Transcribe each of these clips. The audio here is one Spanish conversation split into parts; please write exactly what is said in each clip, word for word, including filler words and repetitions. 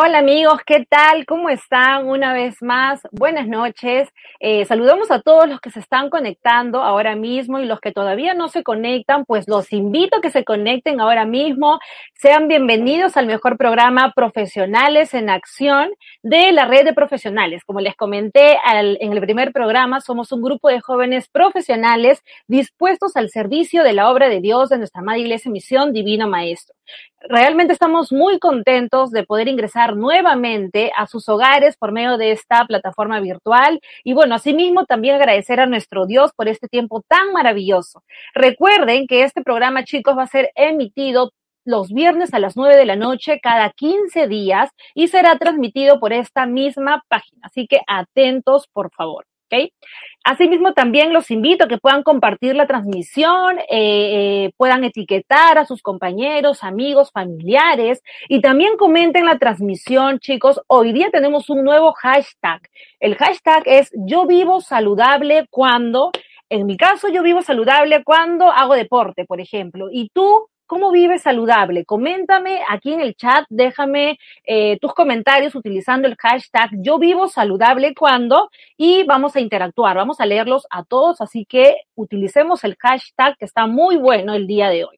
hola amigos, ¿qué tal? ¿Cómo están? Una vez más, buenas noches. Eh, saludamos a todos los que se están conectando ahora mismo y los que todavía no se conectan, pues los invito a que se conecten ahora mismo. Sean bienvenidos al mejor programa Profesionales en Acción de la red de profesionales. Como les comenté al, en el primer programa, somos un grupo de jóvenes profesionales dispuestos al servicio de la obra de Dios de nuestra amada Iglesia Misión Divino Maestro. Realmente estamos muy contentos de poder ingresar nuevamente a sus hogares por medio de esta plataforma virtual y bueno, asimismo también agradecer a nuestro Dios por este tiempo tan maravilloso. Recuerden que este programa, chicos, va a ser emitido los viernes a las nueve de la noche cada quince días y será transmitido por esta misma página, así que atentos, por favor. ¿Okay? Asimismo, también los invito a que puedan compartir la transmisión, eh, eh, puedan etiquetar a sus compañeros, amigos, familiares y también comenten la transmisión, chicos. Hoy día tenemos un nuevo hashtag. El hashtag es yo vivo saludable cuando, en mi caso, yo vivo saludable cuando hago deporte, por ejemplo. Y tú, ¿cómo vives saludable? Coméntame aquí en el chat, déjame eh, tus comentarios utilizando el hashtag yo vivo saludable cuando y vamos a interactuar, vamos a leerlos a todos, así que utilicemos el hashtag que está muy bueno el día de hoy.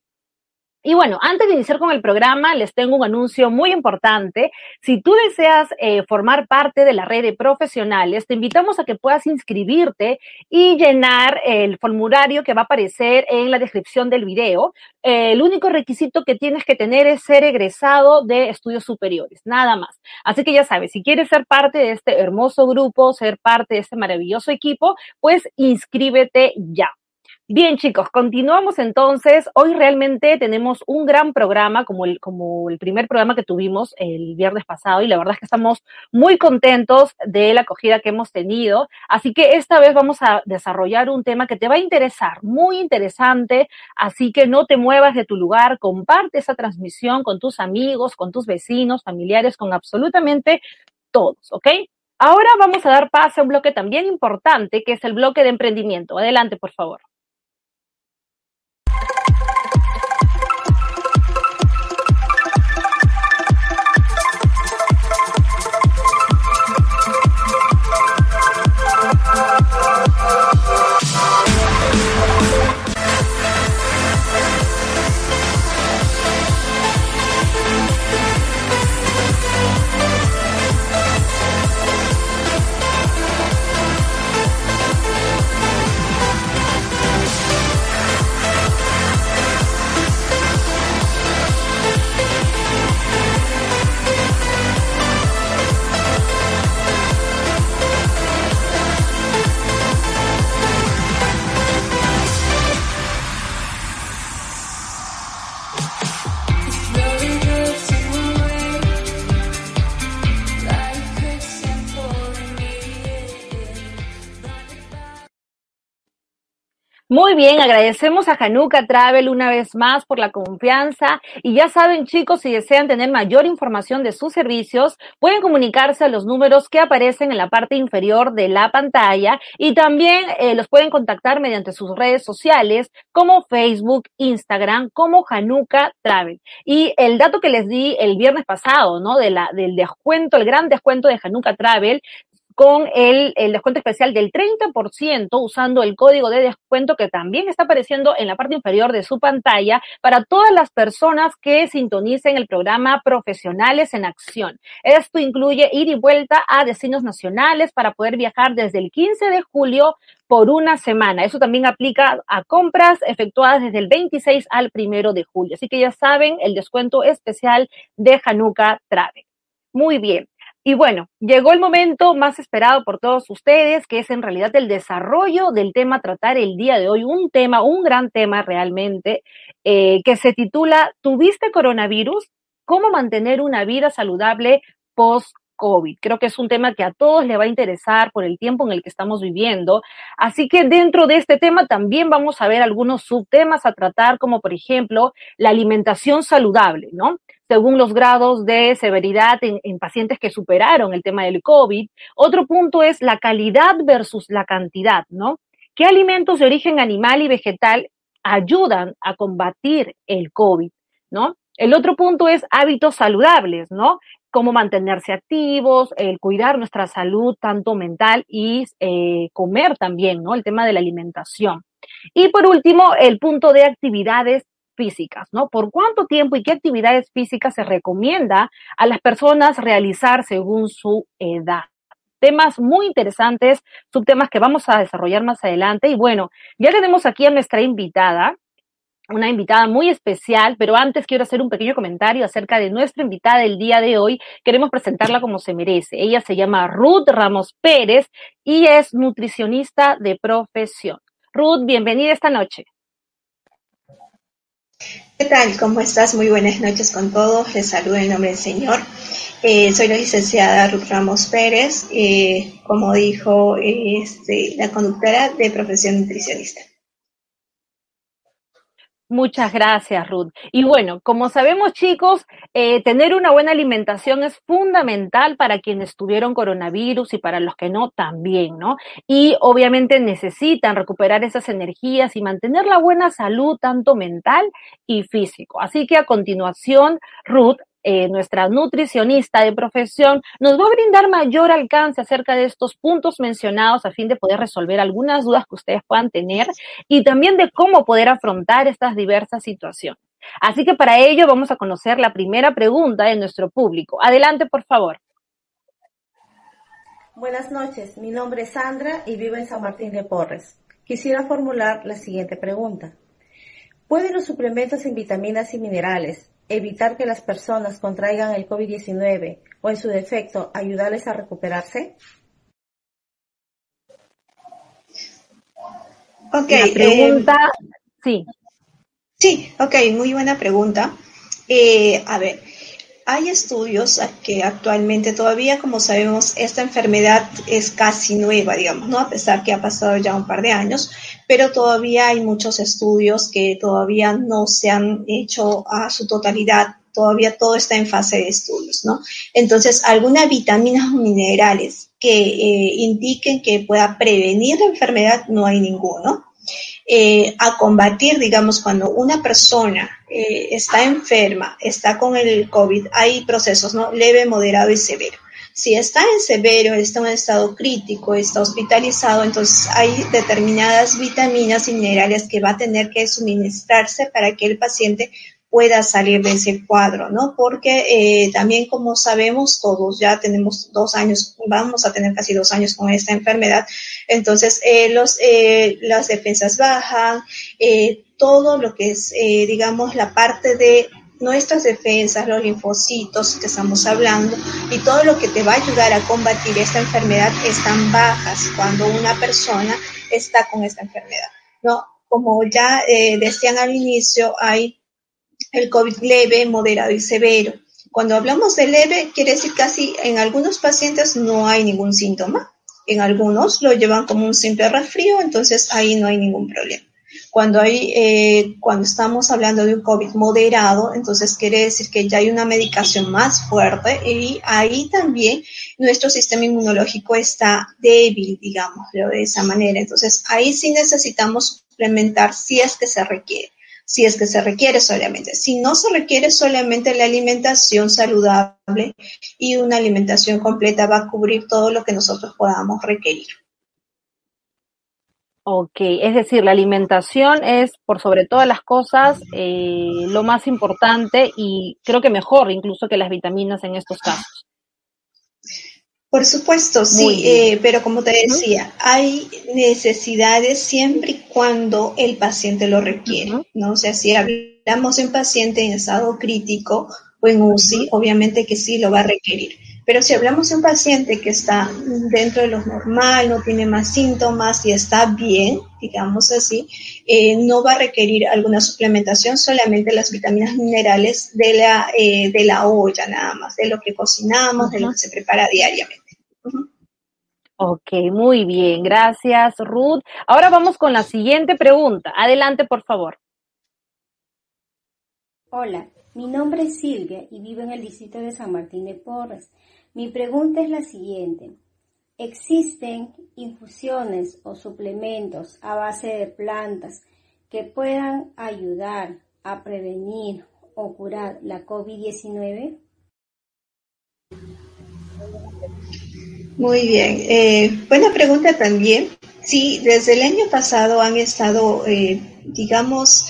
Y bueno, antes de iniciar con el programa, les tengo un anuncio muy importante. Si tú deseas eh, formar parte de la red de profesionales, te invitamos a que puedas inscribirte y llenar el formulario que va a aparecer en la descripción del video. Eh, el único requisito que tienes que tener es ser egresado de estudios superiores, nada más. Así que ya sabes, si quieres ser parte de este hermoso grupo, ser parte de este maravilloso equipo, pues inscríbete ya. Bien, chicos, continuamos entonces. Hoy realmente tenemos un gran programa, como el, como el primer programa que tuvimos el viernes pasado, y la verdad es que estamos muy contentos de la acogida que hemos tenido. Así que esta vez vamos a desarrollar un tema que te va a interesar, muy interesante, así que no te muevas de tu lugar, comparte esa transmisión con tus amigos, con tus vecinos, familiares, con absolutamente todos, ¿ok? Ahora vamos a dar paso a un bloque también importante, que es el bloque de emprendimiento. Adelante, por favor. Muy bien, agradecemos a Hanukkah Travel una vez más por la confianza y ya saben, chicos, si desean tener mayor información de sus servicios, pueden comunicarse a los números que aparecen en la parte inferior de la pantalla y también eh, los pueden contactar mediante sus redes sociales como Facebook, Instagram, como Hanukkah Travel. Y el dato que les di el viernes pasado, ¿no? De la, del descuento, el gran descuento de Hanukkah Travel, con el, el descuento especial del treinta por ciento usando el código de descuento que también está apareciendo en la parte inferior de su pantalla para todas las personas que sintonicen el programa Profesionales en Acción. Esto incluye ir y vuelta a destinos nacionales para poder viajar desde el quince de julio por una semana. Eso también aplica a compras efectuadas desde el veintiséis al primero de julio. Así que ya saben, el descuento especial de Hanukkah Travel. Muy bien. Y bueno, llegó el momento más esperado por todos ustedes, que es en realidad el desarrollo del tema a tratar el día de hoy, un tema, un gran tema realmente, eh, que se titula ¿Tuviste coronavirus? ¿Cómo mantener una vida saludable post-COVID? Creo que es un tema que a todos les va a interesar por el tiempo en el que estamos viviendo. Así que dentro de este tema también vamos a ver algunos subtemas a tratar, como por ejemplo la alimentación saludable, ¿no? Según los grados de severidad en, en pacientes que superaron el tema del COVID. Otro punto es la calidad versus la cantidad, ¿no? ¿Qué alimentos de origen animal y vegetal ayudan a combatir el COVID, ¿no? El otro punto es hábitos saludables, ¿no? cómo mantenerse activos, el cuidar nuestra salud tanto mental y eh, comer también, ¿no? El tema de la alimentación. Y por último, el punto de actividades físicas, ¿no? ¿Por cuánto tiempo y qué actividades físicas se recomienda a las personas realizar según su edad? Temas muy interesantes, subtemas que vamos a desarrollar más adelante. Y bueno, ya tenemos aquí a nuestra invitada, una invitada muy especial, pero antes quiero hacer un pequeño comentario acerca de nuestra invitada del día de hoy. Queremos presentarla como se merece. Ella se llama Ruth Ramos Pérez y es nutricionista de profesión. Ruth, bienvenida esta noche. ¿Qué tal? ¿Cómo estás? Muy buenas noches con todos. Les saludo en nombre del Señor. Eh, soy la licenciada Ruth Ramos Pérez, eh, como dijo eh, este, la conductora de profesión nutricionista. Muchas gracias, Ruth. Y bueno, como sabemos, chicos, eh, tener una buena alimentación es fundamental para quienes tuvieron coronavirus y para los que no también, ¿no? Y obviamente necesitan recuperar esas energías y mantener la buena salud, tanto mental y físico. Así que a continuación, Ruth, eh, nuestra nutricionista de profesión, nos va a brindar mayor alcance acerca de estos puntos mencionados a fin de poder resolver algunas dudas que ustedes puedan tener y también de cómo poder afrontar estas diversas situaciones. Así que para ello vamos a conocer la primera pregunta de nuestro público. Adelante, por favor. Buenas noches, mi nombre es Sandra y vivo en San Martín de Porres. Quisiera formular la siguiente pregunta. ¿Pueden los suplementos en vitaminas y minerales evitar que las personas contraigan el COVID diecinueve o, en su defecto, ayudarles a recuperarse? Ok, la pregunta, eh, sí. Sí, ok, muy buena pregunta. Eh, a ver, hay estudios que actualmente todavía, como sabemos, esta enfermedad es casi nueva, digamos, ¿no? A pesar que ha pasado ya un par de años, pero todavía hay muchos estudios que todavía no se han hecho a su totalidad. Todavía todo está en fase de estudios, ¿no? Entonces, algunas vitaminas o minerales que eh, indiquen que pueda prevenir la enfermedad, no hay ninguno. Eh, a combatir, digamos, cuando una persona eh, está enferma, está con el COVID, hay procesos, ¿no? Leve, moderado y severo. Si está en severo, está en un estado crítico, está hospitalizado, entonces hay determinadas vitaminas y minerales que va a tener que suministrarse para que el paciente pueda salir de ese cuadro, ¿no? Porque eh, también, como sabemos todos, ya tenemos dos años, vamos a tener casi dos años con esta enfermedad, entonces eh, los, eh, las defensas bajan, eh, todo lo que es, eh, digamos, la parte de nuestras defensas, los linfocitos que estamos hablando, y todo lo que te va a ayudar a combatir esta enfermedad están bajas cuando una persona está con esta enfermedad, ¿no? Como ya eh, decían al inicio, hay el COVID leve, moderado y severo. Cuando hablamos de leve, quiere decir casi en algunos pacientes no hay ningún síntoma. En algunos lo llevan como un simple resfrío, entonces ahí no hay ningún problema. Cuando, hay, eh, cuando estamos hablando de un COVID moderado, entonces quiere decir que ya hay una medicación más fuerte y ahí también nuestro sistema inmunológico está débil, digámoslo de esa manera. Entonces ahí sí necesitamos suplementar si es que se requiere. Si es que se requiere solamente. Si no se requiere solamente la alimentación saludable y una alimentación completa va a cubrir todo lo que nosotros podamos requerir. Ok, es decir, la alimentación es, por sobre todas las cosas, eh, lo más importante y creo que mejor incluso que las vitaminas en estos casos. Por supuesto, Muy sí, bien. eh, pero como te Uh-huh. decía, hay necesidades siempre y cuando el paciente lo requiere, Uh-huh. ¿no? O sea, si hablamos de un paciente en estado crítico o en U C I, Uh-huh. obviamente que sí lo va a requerir. Pero si hablamos de un paciente que está dentro de lo normal, no tiene más síntomas y está bien, digamos así, eh, no va a requerir alguna suplementación, solamente las vitaminas minerales de la, eh, de la olla nada más, de lo que cocinamos, de lo Uh-huh. que se prepara diariamente. Uh-huh. Ok, muy bien, gracias, Ruth. Ahora vamos con la siguiente pregunta. Adelante, por favor. Hola, mi nombre es Silvia y vivo en el distrito de San Martín de Porres. Mi pregunta es la siguiente. ¿Existen infusiones o suplementos a base de plantas que puedan ayudar a prevenir o curar la COVID diecinueve? Muy bien, eh, buena pregunta también. Sí, desde el año pasado han estado, eh, digamos,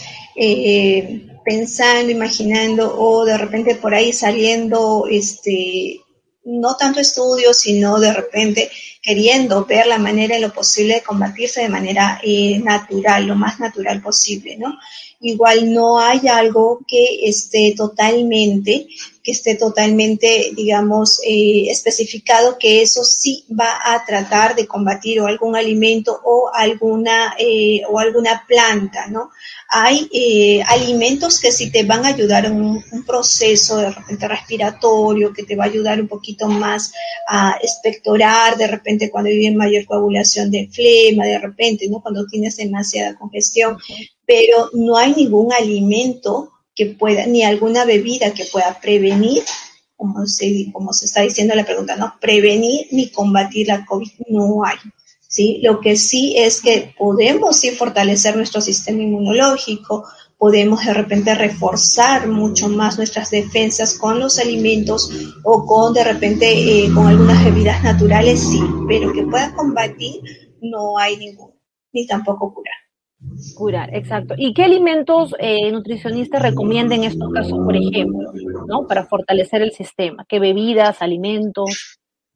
eh, pensando, imaginando o de repente por ahí saliendo, este, no tanto estudios, sino de repente queriendo ver la manera en lo posible de combatirse de manera eh, natural, lo más natural posible, ¿no? Igual no hay algo que esté totalmente que esté totalmente, digamos, eh, especificado que eso sí va a tratar de combatir o algún alimento o alguna eh, o alguna planta, ¿no? Hay eh, alimentos que sí te van a ayudar en un, un proceso de repente respiratorio, que te va a ayudar un poquito más a expectorar, de repente cuando hay mayor coagulación de flema, de repente, ¿no? Cuando tienes demasiada congestión, Uh-huh. pero no hay ningún alimento que pueda, ni alguna bebida que pueda prevenir, como se, como se está diciendo en la pregunta, ¿no? Prevenir ni combatir la COVID no hay, ¿sí? Lo que sí es que podemos sí fortalecer nuestro sistema inmunológico, podemos de repente reforzar mucho más nuestras defensas con los alimentos o con de repente eh, con algunas bebidas naturales, sí, pero que pueda combatir no hay ninguno, ni tampoco curar. Curar, exacto. ¿Y qué alimentos eh, nutricionistas recomienda en estos casos, por ejemplo, ¿no? Para fortalecer el sistema. ¿Qué bebidas, alimentos?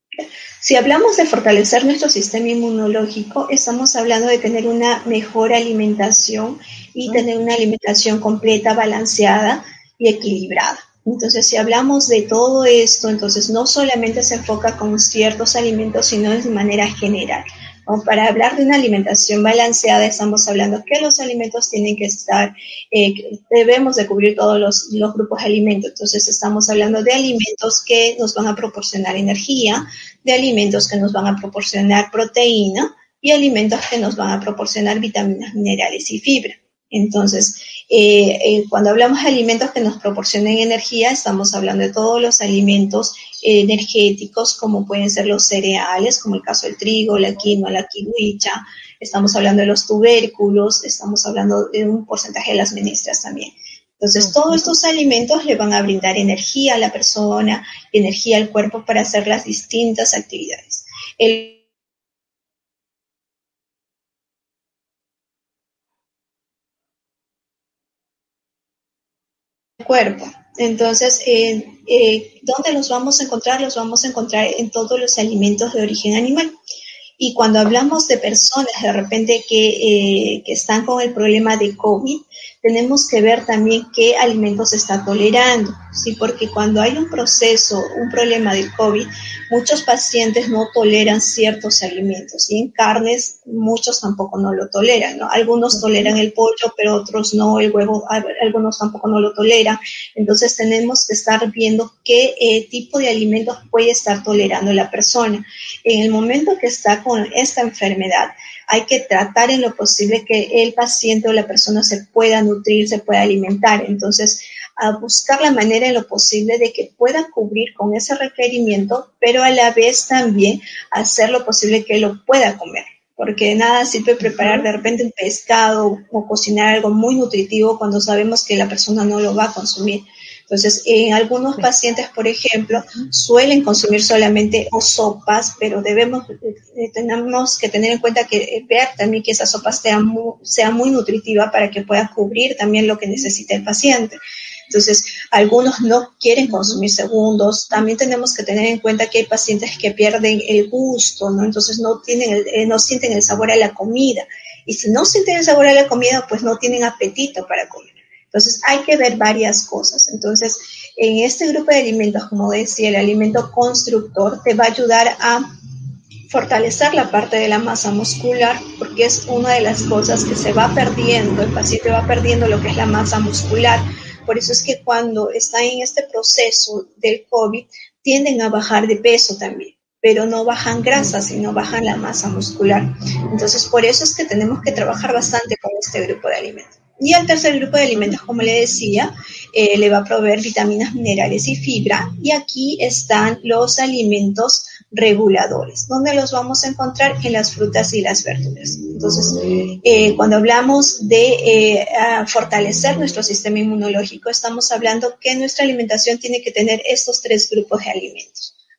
Si hablamos de fortalecer nuestro sistema inmunológico, estamos hablando de tener una mejor alimentación y ¿Mm? tener una alimentación completa, balanceada y equilibrada. Entonces, si hablamos de todo esto, entonces no solamente se enfoca con ciertos alimentos, sino de manera general. ¿No? Para hablar de una alimentación balanceada, estamos hablando que los alimentos tienen que estar, eh, debemos de cubrir todos los, los grupos de alimentos. Entonces, estamos hablando de alimentos que nos van a proporcionar energía, de alimentos que nos van a proporcionar proteína y alimentos que nos van a proporcionar vitaminas, minerales y fibra. Entonces, eh, eh, cuando hablamos de alimentos que nos proporcionen energía, estamos hablando de todos los alimentos eh, energéticos, como pueden ser los cereales, como el caso del trigo, la quinoa, la kiwicha. Estamos hablando de los tubérculos, estamos hablando de un porcentaje de las menestras también. Entonces, todos estos alimentos le van a brindar energía a la persona, energía al cuerpo para hacer las distintas actividades. El cuerpo. Entonces, eh, eh, ¿dónde los vamos a encontrar? Los vamos a encontrar en todos los alimentos de origen animal. Y cuando hablamos de personas de repente que, eh, que están con el problema de COVID, tenemos que ver también qué alimentos se está tolerando, ¿sí? Porque cuando hay un proceso, un problema de COVID, muchos pacientes no toleran ciertos alimentos y en carnes muchos tampoco no lo toleran, ¿no? Algunos toleran el pollo, pero otros no, el huevo, algunos tampoco no lo toleran. Entonces tenemos que estar viendo qué eh, tipo de alimentos puede estar tolerando la persona. En el momento que está con esta enfermedad, hay que tratar en lo posible que el paciente o la persona se pueda nutrir, se pueda alimentar. Entonces, a buscar la manera en lo posible de que pueda cubrir con ese requerimiento, pero a la vez también hacer lo posible que lo pueda comer. Porque nada sirve preparar de repente un pescado o cocinar algo muy nutritivo cuando sabemos que la persona no lo va a consumir. Entonces, en algunos pacientes, por ejemplo, suelen consumir solamente o sopas, pero debemos, eh, tenemos que tener en cuenta que eh, ver también que esa sopa sea muy, sea muy nutritiva para que pueda cubrir también lo que necesita el paciente. Entonces, algunos no quieren consumir segundos. También tenemos que tener en cuenta que hay pacientes que pierden el gusto, ¿no? Entonces, no tienen, el, eh, no sienten el sabor a la comida. Y si no sienten el sabor a la comida, pues no tienen apetito para comer. Entonces, hay que ver varias cosas. Entonces, en este grupo de alimentos, como decía, el alimento constructor te va a ayudar a fortalecer la parte de la masa muscular, porque es una de las cosas que se va perdiendo, el paciente va perdiendo lo que es la masa muscular. Por eso es que cuando está en este proceso del COVID, tienden a bajar de peso también, pero no bajan grasa, sino bajan la masa muscular. Entonces, por eso es que tenemos que trabajar bastante con este grupo de alimentos. Y el tercer grupo de alimentos, como le decía, eh, le va a proveer vitaminas, minerales y fibra. Y aquí están los alimentos reguladores. ¿Dónde los vamos a encontrar? En las frutas y las verduras. Entonces, eh, cuando hablamos de eh, fortalecer nuestro sistema inmunológico, estamos hablando que nuestra alimentación tiene que tener estos tres grupos de alimentos.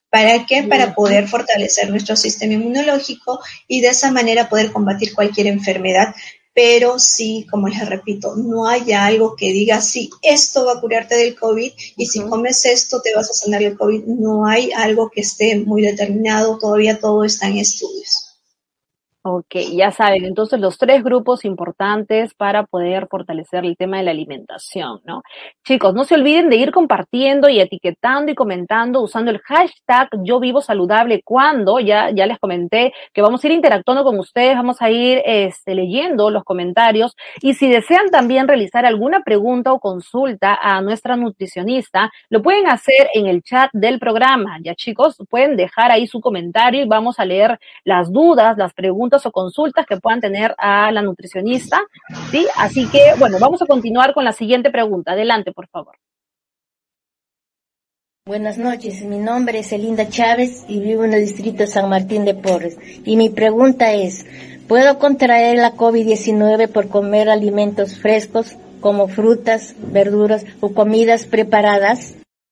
¿Para qué? Para poder fortalecer nuestro sistema inmunológico y de esa manera poder combatir cualquier enfermedad. Pero sí, como les repito, no hay algo que diga, sí, esto va a curarte del COVID y si comes esto te vas a sanar el COVID. No hay algo que esté muy determinado, todavía todo está en estudios. Ok, ya saben, entonces los tres grupos importantes para poder fortalecer el tema de la alimentación, ¿no? Chicos, no se olviden de ir compartiendo y etiquetando y comentando usando el hashtag Yo Vivo Saludable cuando, ya, ya les comenté que vamos a ir interactuando con ustedes, vamos a ir este, leyendo los comentarios y si desean también realizar alguna pregunta o consulta a nuestra nutricionista, lo pueden hacer en el chat del programa, ya chicos, pueden dejar ahí su comentario y vamos a leer las dudas, las preguntas o consultas que puedan tener a la nutricionista, ¿sí? Así que, bueno, vamos a continuar con la siguiente pregunta. Adelante, por favor. Buenas noches, mi nombre es Elinda Chávez y vivo en el distrito de San Martín de Porres. Y mi pregunta es, ¿puedo contraer la COVID diecinueve por comer alimentos frescos como frutas, verduras o comidas preparadas?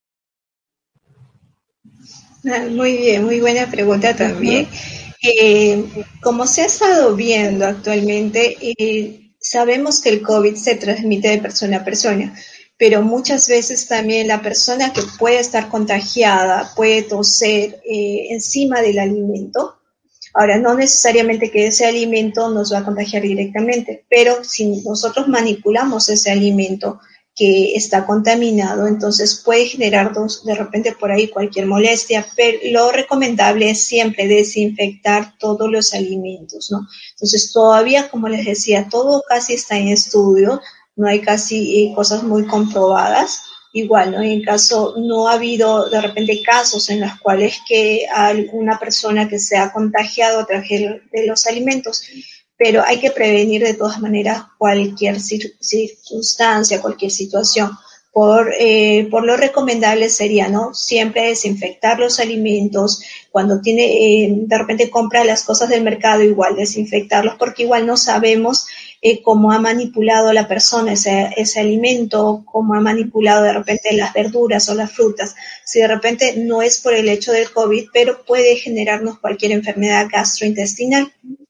Muy bien, muy buena pregunta también. Uh-huh. Eh, como se ha estado viendo actualmente, eh, sabemos que el COVID se transmite de persona a persona, pero muchas veces también la persona que puede estar contagiada puede toser eh, encima del alimento. Ahora, no necesariamente que ese alimento nos va a contagiar directamente, pero si nosotros manipulamos ese alimento que está contaminado, entonces puede generarnos de repente por ahí cualquier molestia, pero lo recomendable es siempre desinfectar todos los alimentos, ¿no? Entonces todavía, como les decía, todo casi está en estudio, no hay casi eh, cosas muy comprobadas. Igual, ¿no? En caso, no ha habido de repente casos en los cuales que alguna persona que se ha contagiado a través de los alimentos, pero hay que prevenir de todas maneras cualquier circunstancia, cualquier situación. Por, eh, por lo recomendable sería, ¿no? Siempre desinfectar los alimentos. Cuando tiene, eh, de repente compra las cosas del mercado, igual desinfectarlos, porque igual no sabemos eh, cómo ha manipulado la persona ese, ese alimento, cómo ha manipulado de repente las verduras o las frutas. Si de repente no es por el hecho del COVID, pero puede generarnos cualquier enfermedad gastrointestinal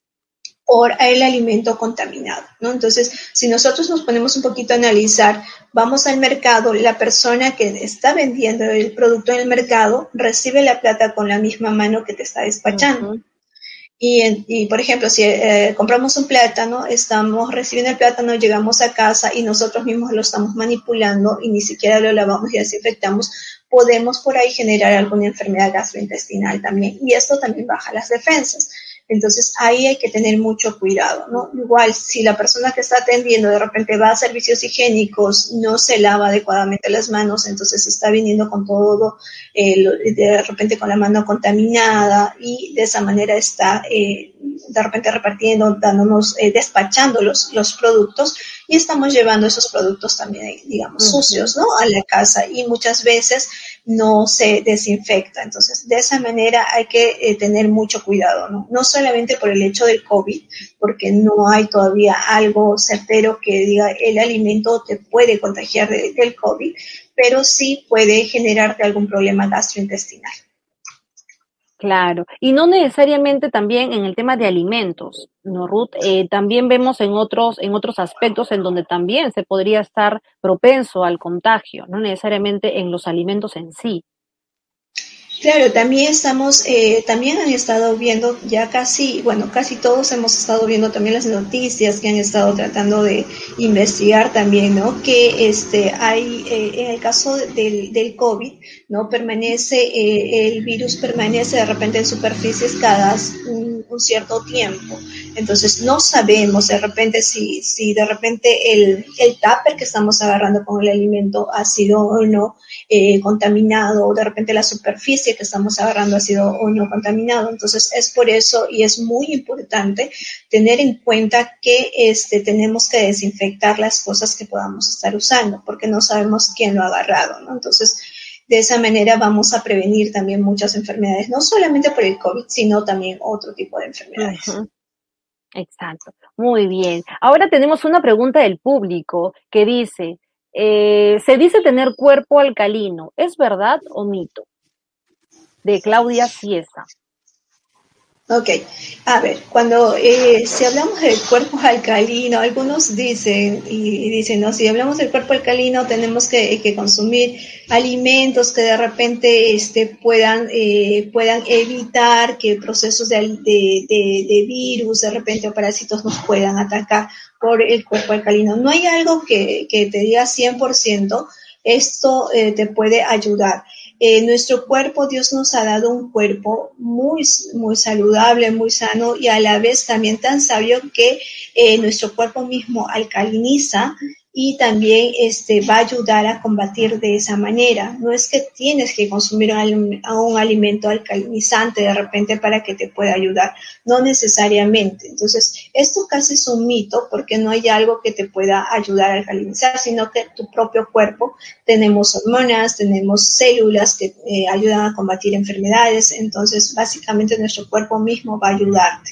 por el alimento contaminado, ¿no? Entonces, si nosotros nos ponemos un poquito a analizar, vamos al mercado, la persona que está vendiendo el producto en el mercado recibe la plata con la misma mano que te está despachando. Uh-huh. Y, y, por ejemplo, si eh, compramos un plátano, estamos recibiendo el plátano, llegamos a casa y nosotros mismos lo estamos manipulando y ni siquiera lo lavamos y desinfectamos, podemos por ahí generar alguna enfermedad gastrointestinal también. Y esto también baja las defensas. Entonces, ahí hay que tener mucho cuidado, ¿no? Igual, si la persona que está atendiendo de repente va a servicios higiénicos, no se lava adecuadamente las manos, entonces está viniendo con todo, eh, de repente con la mano contaminada y de esa manera está eh, de repente repartiendo, dándonos, eh, despachando los, los productos y estamos llevando esos productos también, digamos, uh-huh. sucios, ¿no? A la casa y muchas veces no se desinfecta. Entonces, de esa manera hay que eh, tener mucho cuidado, ¿no? No solamente por el hecho del COVID, porque no hay todavía algo certero que diga el alimento te puede contagiar de, del COVID, pero sí puede generarte algún problema gastrointestinal. Claro, y no necesariamente también en el tema de alimentos, ¿no, Ruth? Eh, también vemos en otros, en otros aspectos en donde también se podría estar propenso al contagio, no necesariamente en los alimentos en sí. Claro, también estamos, eh, también han estado viendo ya casi, bueno, casi todos hemos estado viendo también las noticias que han estado tratando de investigar también, ¿no? Que este hay, eh, en el caso del, del COVID, ¿no? Permanece, eh, el virus permanece de repente en superficies cada un, un cierto tiempo. Entonces no sabemos de repente si, si de repente el, el tupper que estamos agarrando con el alimento ha sido o no eh, contaminado, o de repente la superficie que estamos agarrando ha sido o no contaminado. Entonces es por eso y es muy importante tener en cuenta que este, tenemos que desinfectar las cosas que podamos estar usando, porque no sabemos quién lo ha agarrado, ¿no? Entonces, de esa manera vamos a prevenir también muchas enfermedades, no solamente por el COVID, sino también otro tipo de enfermedades. Uh-huh. Exacto, muy bien. Ahora tenemos una pregunta del público que dice, eh, se dice tener cuerpo alcalino, ¿es verdad o mito? de Claudia Ciesa. Ok, a ver, cuando eh, si hablamos del cuerpo alcalino, algunos dicen, y dicen, no, si hablamos del cuerpo alcalino tenemos que, que consumir alimentos que de repente este, puedan, eh, puedan evitar que procesos de, de, de, de virus, de repente o parásitos nos puedan atacar por el cuerpo alcalino. No hay algo que, que te diga cien por ciento, esto eh, te puede ayudar. Eh, nuestro cuerpo, Dios nos ha dado un cuerpo muy, muy saludable, muy sano y a la vez también tan sabio que eh, nuestro cuerpo mismo alcaliniza y también este, va a ayudar a combatir de esa manera. No es que tienes que consumir un, un alimento alcalinizante de repente para que te pueda ayudar, no necesariamente. Entonces, esto casi es un mito porque no hay algo que te pueda ayudar a alcalinizar, sino que tu propio cuerpo, tenemos hormonas, tenemos células que eh, ayudan a combatir enfermedades, entonces básicamente nuestro cuerpo mismo va a ayudarte.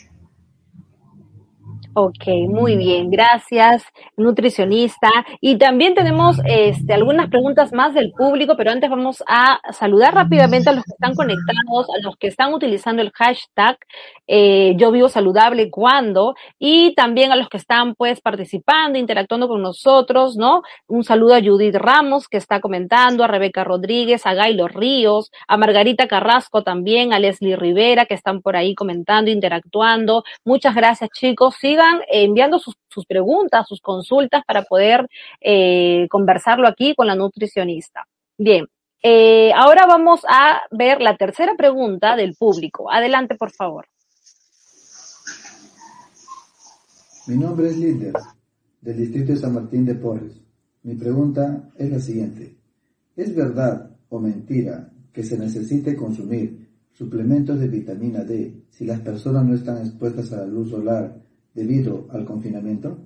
Ok, muy bien, gracias, nutricionista. Y también tenemos este, algunas preguntas más del público, pero antes vamos a saludar rápidamente a los que están conectados, a los que están utilizando el hashtag eh, Yo Vivo Saludable Cuando, y también a los que están pues participando, interactuando con nosotros, ¿no? Un saludo a Judith Ramos, que está comentando, a Rebeca Rodríguez, a Gailo Ríos, a Margarita Carrasco también, a Leslie Rivera, que están por ahí comentando, interactuando. Muchas gracias, chicos. Sigan enviando sus, sus preguntas, sus consultas para poder eh, conversarlo aquí con la nutricionista. Bien, eh, ahora vamos a ver la tercera pregunta del público. Adelante, por favor. Mi nombre es Linder, del distrito de San Martín de Porres. Mi pregunta es la siguiente. ¿Es verdad o mentira que se necesite consumir suplementos de vitamina D si las personas no están expuestas a la luz solar debido al confinamiento?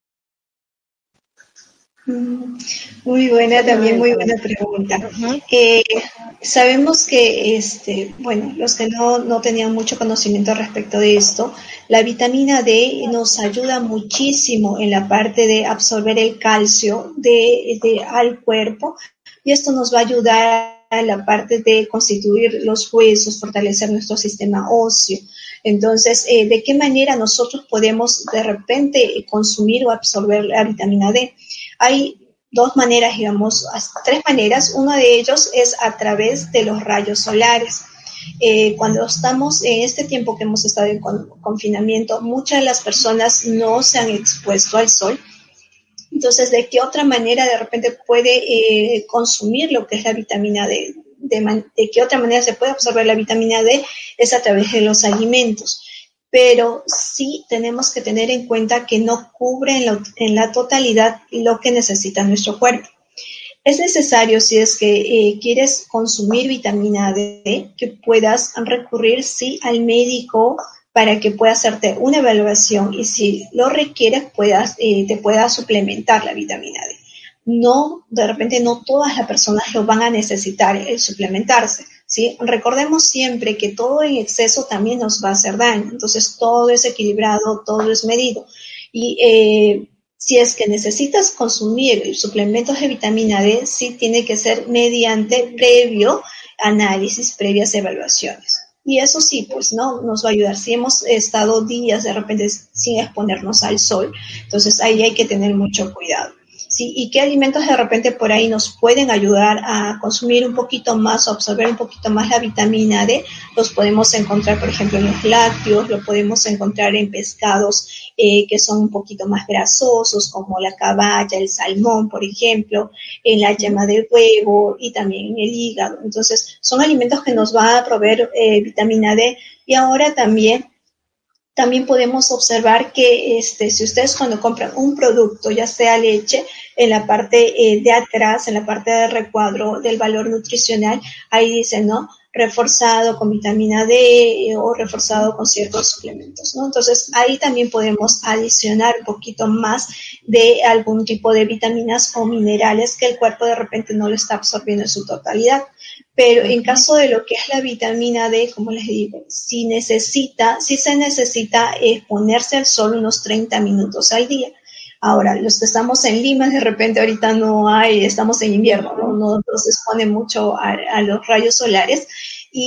Muy buena, también muy buena pregunta. Uh-huh. Eh, sabemos que, este, bueno, los que no, no tenían mucho conocimiento respecto de esto, la vitamina D nos ayuda muchísimo en la parte de absorber el calcio de, de, al cuerpo, y esto nos va a ayudar a la parte de constituir los huesos, fortalecer nuestro sistema óseo. Entonces, eh, ¿de qué manera nosotros podemos de repente consumir o absorber la vitamina D? Hay dos maneras, digamos, tres maneras. Una de ellos es a través de los rayos solares. Eh, cuando estamos en este tiempo que hemos estado en con, confinamiento, muchas de las personas no se han expuesto al sol. Entonces, ¿de qué otra manera de repente puede eh, consumir lo que es la vitamina D? De, man, de qué otra manera se puede absorber la vitamina D es a través de los alimentos. Pero sí tenemos que tener en cuenta que no cubre en, lo, en la totalidad lo que necesita nuestro cuerpo. Es necesario, si es que eh, quieres consumir vitamina D, que puedas recurrir, sí, al médico para que pueda hacerte una evaluación y si lo requieres, puedas, eh, te pueda suplementar la vitamina D. No, de repente no todas las personas lo van a necesitar el suplementarse, ¿sí? Recordemos siempre que todo en exceso también nos va a hacer daño, entonces todo es equilibrado, todo es medido. Y eh, si es que necesitas consumir suplementos de vitamina D, sí tiene que ser mediante previo análisis, previas evaluaciones. Y eso sí, pues, ¿no? Nos va a ayudar. Si hemos estado días de repente sin exponernos al sol, entonces ahí hay que tener mucho cuidado. ¿Sí? ¿Y qué alimentos de repente por ahí nos pueden ayudar a consumir un poquito más o absorber un poquito más la vitamina D? Los podemos encontrar, por ejemplo, en los lácteos, lo podemos encontrar en pescados eh, que son un poquito más grasosos, como la caballa, el salmón, por ejemplo, en la yema de huevo y también en el hígado. Entonces, son alimentos que nos van a proveer eh, vitamina D. Y ahora también También podemos observar que este, si ustedes cuando compran un producto, ya sea leche, en la parte eh, de atrás, en la parte de recuadro del valor nutricional, ahí dicen, ¿no? Reforzado con vitamina D eh, o reforzado con ciertos suplementos, ¿no? Entonces, ahí también podemos adicionar un poquito más de algún tipo de vitaminas o minerales que el cuerpo de repente no lo está absorbiendo en su totalidad. Pero en caso de lo que es la vitamina D, como les digo, si necesita, si se necesita exponerse al sol unos treinta minutos al día. Ahora, los que estamos en Lima, de repente ahorita no hay, estamos en invierno, no, no nos expone mucho a, a los rayos solares y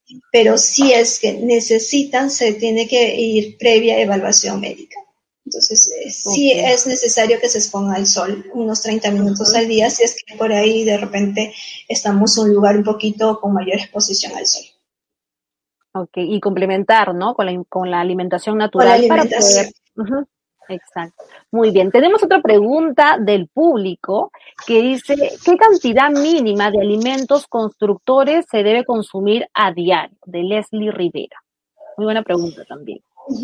pero si es que necesitan, se tiene que ir previa evaluación médica. Entonces, eh, sí Okay. es necesario que se exponga al sol unos treinta minutos Ujú. al día, si es que por ahí de repente estamos en un lugar un poquito con mayor exposición al sol. Okay. Y complementar, ¿no? Con la, con la alimentación O la natural para poder. alimentación. Ujú. Exacto. Muy bien. Tenemos otra pregunta del público que dice, ¿qué cantidad mínima de alimentos constructores se debe consumir a diario? De Leslie Rivera. Muy buena pregunta también.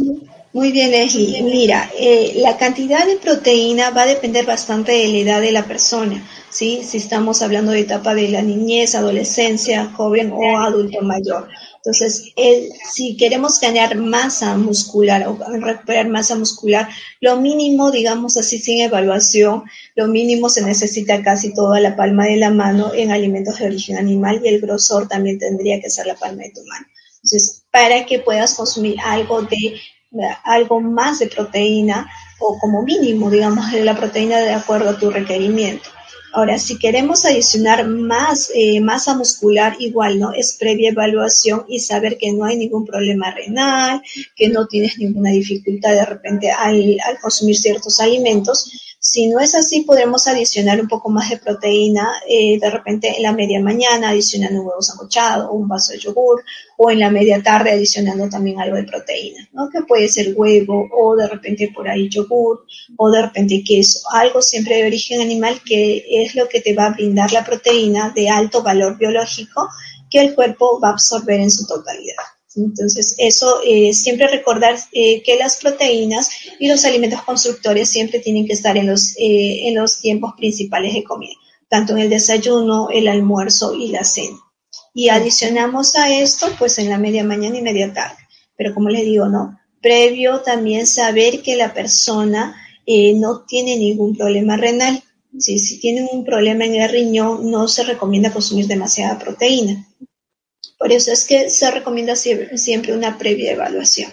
Muy bien, Leslie. Mira, eh, la cantidad de proteína va a depender bastante de la edad de la persona, ¿sí? Si estamos hablando de etapa de la niñez, adolescencia, joven o adulto mayor. Entonces, el, si queremos ganar masa muscular o recuperar masa muscular, lo mínimo, digamos así, sin evaluación, lo mínimo se necesita casi toda la palma de la mano en alimentos de origen animal y el grosor también tendría que ser la palma de tu mano. Entonces, para que puedas consumir algo de algo más de proteína o como mínimo, digamos, de la proteína de acuerdo a tu requerimiento. Ahora, si queremos adicionar más eh, masa muscular, igual, ¿no? Es previa evaluación y saber que no hay ningún problema renal, que no tienes ninguna dificultad de repente al, al consumir ciertos alimentos. Si no es así, podremos adicionar un poco más de proteína, eh, de repente en la media mañana adicionando un huevo sancochado o un vaso de yogur, o en la media tarde adicionando también algo de proteína, ¿no? Que puede ser huevo o de repente por ahí yogur o de repente queso, algo siempre de origen animal que es lo que te va a brindar la proteína de alto valor biológico que el cuerpo va a absorber en su totalidad. Entonces, eso eh, siempre recordar eh, que las proteínas y los alimentos constructores siempre tienen que estar en los, eh, en los tiempos principales de comida, tanto en el desayuno, el almuerzo y la cena. Y adicionamos a esto, pues en la media mañana y media tarde. Pero como les digo, no, previo también saber que la persona eh, no tiene ningún problema renal. Si, si tiene un problema en el riñón, no se recomienda consumir demasiada proteína. Por eso es que se recomienda siempre una previa evaluación.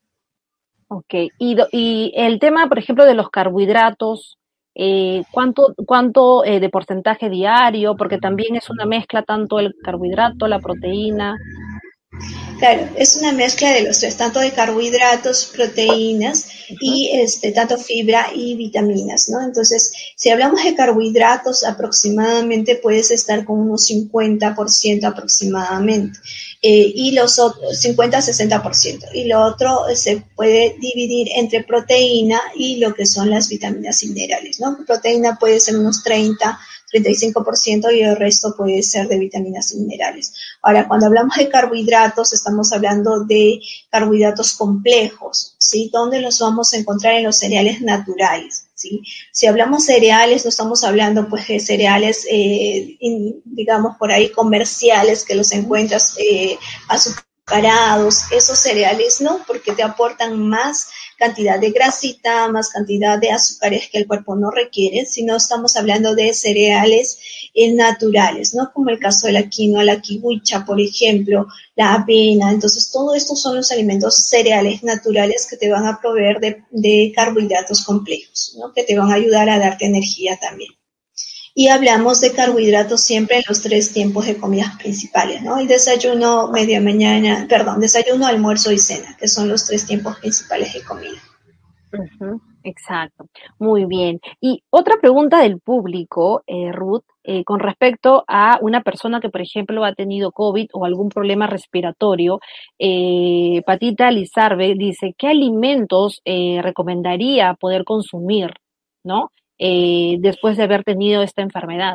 Ok, y, do, y el tema, por ejemplo, de los carbohidratos, eh, ¿cuánto, cuánto eh, de porcentaje diario? Porque también es una mezcla tanto el carbohidrato, la proteína. Claro, es una mezcla de los tres, tanto de carbohidratos, proteínas Uh-huh. y este, tanto fibra y vitaminas, ¿no? Entonces, si hablamos de carbohidratos, aproximadamente puedes estar con unos cincuenta por ciento aproximadamente, eh, y los otros, cincuenta a sesenta por ciento, y lo otro eh, se puede dividir entre proteína y lo que son las vitaminas y minerales, ¿no? Proteína puede ser unos treinta, treinta y cinco por ciento y el resto puede ser de vitaminas y minerales. Ahora, cuando hablamos de carbohidratos, estamos hablando de carbohidratos complejos, ¿sí? ¿Dónde los vamos a encontrar? En los cereales naturales, ¿sí? Si hablamos cereales, no estamos hablando pues de cereales, eh, in, digamos, por ahí comerciales que los encuentras eh, azucarados, esos cereales no, porque te aportan más cantidad de grasita, más cantidad de azúcares que el cuerpo no requiere, sino estamos hablando de cereales eh, naturales, ¿no? Como el caso de la quinoa, la kiwicha, por ejemplo, la avena. Entonces, todo esto son los alimentos cereales naturales que te van a proveer de, de carbohidratos complejos, ¿no? Que te van a ayudar a darte energía también. Y hablamos de carbohidratos siempre en los tres tiempos de comidas principales, ¿no? El desayuno, media mañana, perdón, desayuno, almuerzo y cena, que son los tres tiempos principales de comida. Uh-huh. Exacto, muy bien. Y otra pregunta del público, eh, Ruth, eh, con respecto a una persona que, por ejemplo, ha tenido COVID o algún problema respiratorio, eh, Patita Lizarbe dice, ¿qué alimentos eh, recomendaría poder consumir, ¿no? Eh, después de haber tenido esta enfermedad.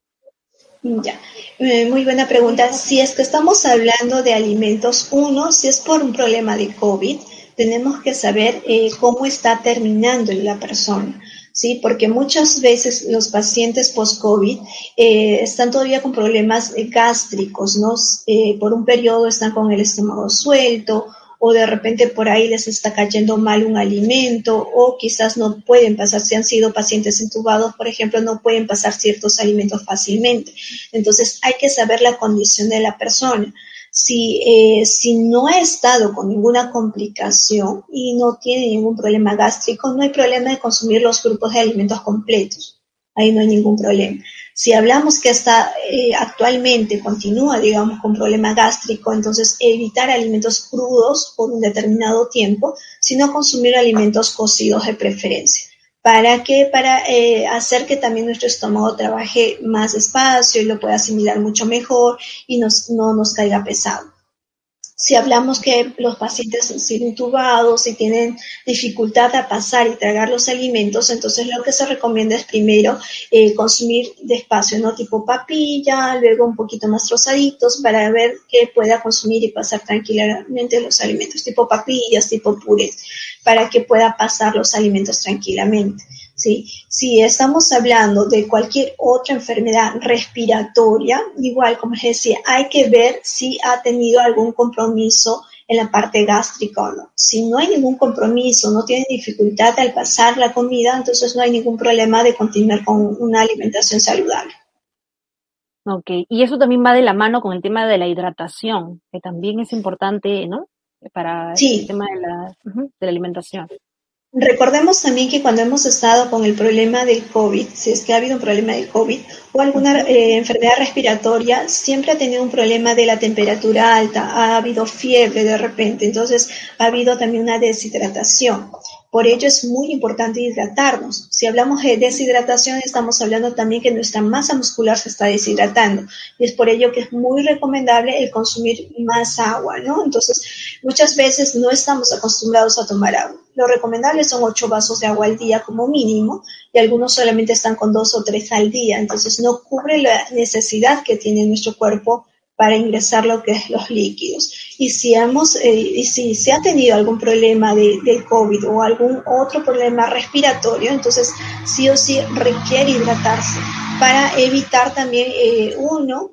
Ya, eh, muy buena pregunta. Si es que estamos hablando de alimentos, uno, si es por un problema de COVID, tenemos que saber eh, cómo está terminando la persona, ¿sí? Porque muchas veces los pacientes post-COVID eh, están todavía con problemas gástricos, ¿no? Eh, por un periodo están con el estómago suelto, o de repente por ahí les está cayendo mal un alimento, o quizás no pueden pasar, si han sido pacientes intubados, por ejemplo, no pueden pasar ciertos alimentos fácilmente. Entonces hay que saber la condición de la persona. Si, eh, si no ha estado con ninguna complicación y no tiene ningún problema gástrico, no hay problema de consumir los grupos de alimentos completos. Ahí no hay ningún problema. Si hablamos que está eh, actualmente continúa, digamos, con problema gástrico, entonces evitar alimentos crudos por un determinado tiempo, sino consumir alimentos cocidos de preferencia. ¿Para qué? Para eh, hacer que también nuestro estómago trabaje más despacio y lo pueda asimilar mucho mejor y nos, no nos caiga pesado. Si hablamos que los pacientes han sido intubados y tienen dificultad a pasar y tragar los alimentos, entonces lo que se recomienda es primero eh, consumir despacio, ¿no? Tipo papilla, luego un poquito más trozaditos para ver que pueda consumir y pasar tranquilamente los alimentos, tipo papillas, tipo purés, para que pueda pasar los alimentos tranquilamente. ¿Sí? Si estamos hablando de cualquier otra enfermedad respiratoria, igual como les decía, hay que ver si ha tenido algún compromiso en la parte gástrica o no. Si no hay ningún compromiso, no tiene dificultad al pasar la comida, entonces no hay ningún problema de continuar con una alimentación saludable. Ok, y eso también va de la mano con el tema de la hidratación, que también es importante, ¿no? Para Sí. el tema de la, uh-huh, de la alimentación. Recordemos también que cuando hemos estado con el problema del COVID, si es que ha habido un problema del COVID o alguna eh, enfermedad respiratoria, siempre ha tenido un problema de la temperatura alta, ha habido fiebre de repente, entonces ha habido también una deshidratación. Por ello es muy importante hidratarnos. Si hablamos de deshidratación, estamos hablando también que nuestra masa muscular se está deshidratando. Y es por ello que es muy recomendable el consumir más agua, ¿no? Entonces, muchas veces no estamos acostumbrados a tomar agua. Lo recomendable son ocho vasos de agua al día como mínimo, y algunos solamente están con dos o tres al día. Entonces, no cubre la necesidad que tiene nuestro cuerpo para ingresar lo que es los líquidos. Y si hemos, eh, y si se ha tenido algún problema de, del COVID o algún otro problema respiratorio, entonces sí o sí requiere hidratarse para evitar también, eh, uno,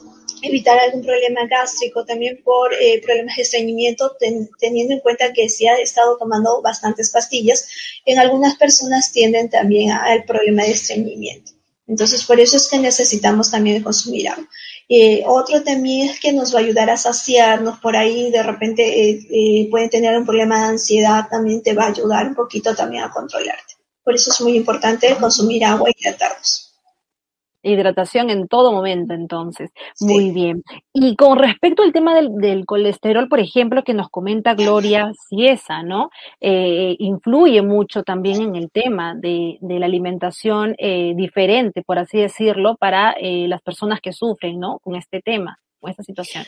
evitar algún problema gástrico, también por eh, problemas de estreñimiento, ten, teniendo en cuenta que si ha estado tomando bastantes pastillas, en algunas personas tienden también al problema de estreñimiento. Entonces, por eso es que necesitamos también consumir agua. Eh, otro también es que nos va a ayudar a saciarnos por ahí, de repente eh, eh, pueden tener un problema de ansiedad, también te va a ayudar un poquito también a controlarte. Por eso es muy importante consumir agua y hidratarnos. Hidratación en todo momento, entonces. Sí. Muy bien. Y con respecto al tema del, del colesterol, por ejemplo, que nos comenta Gloria Ciesa, ¿no? Eh, influye mucho también en el tema de, de la alimentación eh, diferente, por así decirlo, para eh, las personas que sufren, ¿no? Con este tema, con esta situación.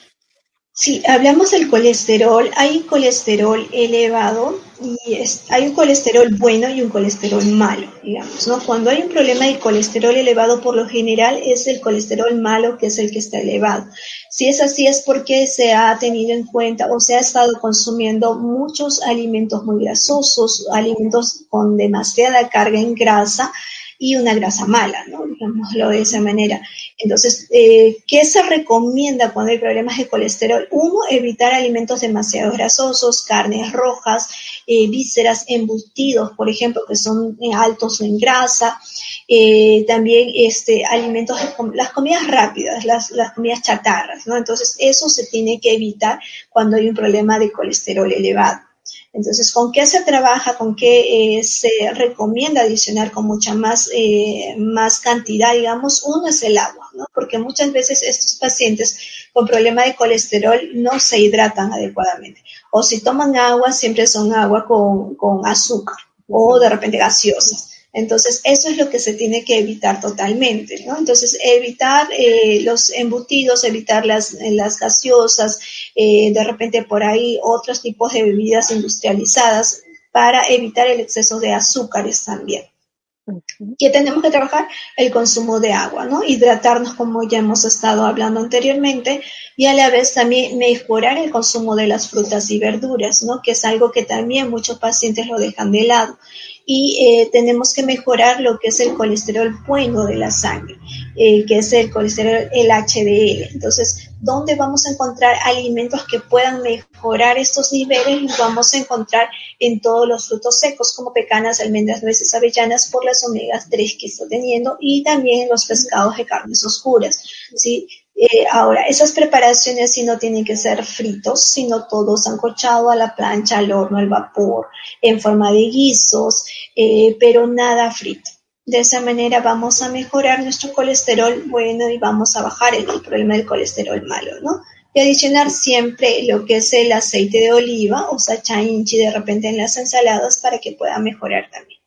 Sí, hablamos del colesterol. Hay colesterol elevado y es, hay un colesterol bueno y un colesterol malo, digamos, ¿no? Cuando hay un problema de colesterol elevado, por lo general es el colesterol malo que es el que está elevado. Si es así, es porque se ha tenido en cuenta o se ha estado consumiendo muchos alimentos muy grasosos, alimentos con demasiada carga en grasa y una grasa mala, ¿no? Digámoslo de esa manera. Entonces, eh, ¿qué se recomienda cuando hay problemas de colesterol? Uno, evitar alimentos demasiado grasosos, carnes rojas, eh, vísceras, embutidos, por ejemplo, que son eh, altos en grasa. Eh, también este, alimentos, de, las comidas rápidas, las, las comidas chatarras, ¿no? Entonces, eso se tiene que evitar cuando hay un problema de colesterol elevado. Entonces, ¿con qué se trabaja? ¿Con qué eh, se recomienda adicionar con mucha más, eh, más cantidad? Digamos, uno es el agua, ¿no? Porque muchas veces estos pacientes con problema de colesterol no se hidratan adecuadamente. O si toman agua, siempre son agua con, con azúcar o de repente gaseosas. Entonces, eso es lo que se tiene que evitar totalmente, ¿no? Entonces, evitar eh, los embutidos, evitar las, las gaseosas, eh, de repente por ahí otros tipos de bebidas industrializadas para evitar el exceso de azúcares también. ¿Qué tenemos que trabajar? El consumo de agua, ¿no? Hidratarnos, como ya hemos estado hablando anteriormente, y a la vez también mejorar el consumo de las frutas y verduras, ¿no? Que es algo que también muchos pacientes lo dejan de lado. Y eh, tenemos que mejorar lo que es el colesterol bueno de la sangre, eh, que es el colesterol, el H D L. Entonces, ¿dónde vamos a encontrar alimentos que puedan mejorar estos niveles? Los vamos a encontrar en todos los frutos secos, como pecanas, almendras, nueces, avellanas, por las omegas tres que está teniendo, y también en los pescados de carnes oscuras, ¿sí? Eh, ahora, esas preparaciones sí no tienen que ser fritos, sino todo sancochado a la plancha, al horno, al vapor, en forma de guisos, eh, pero nada frito. De esa manera vamos a mejorar nuestro colesterol bueno y vamos a bajar el, el problema del colesterol malo, ¿no? Y adicionar siempre lo que es el aceite de oliva o sacha inchi de repente en las ensaladas para que pueda mejorar también.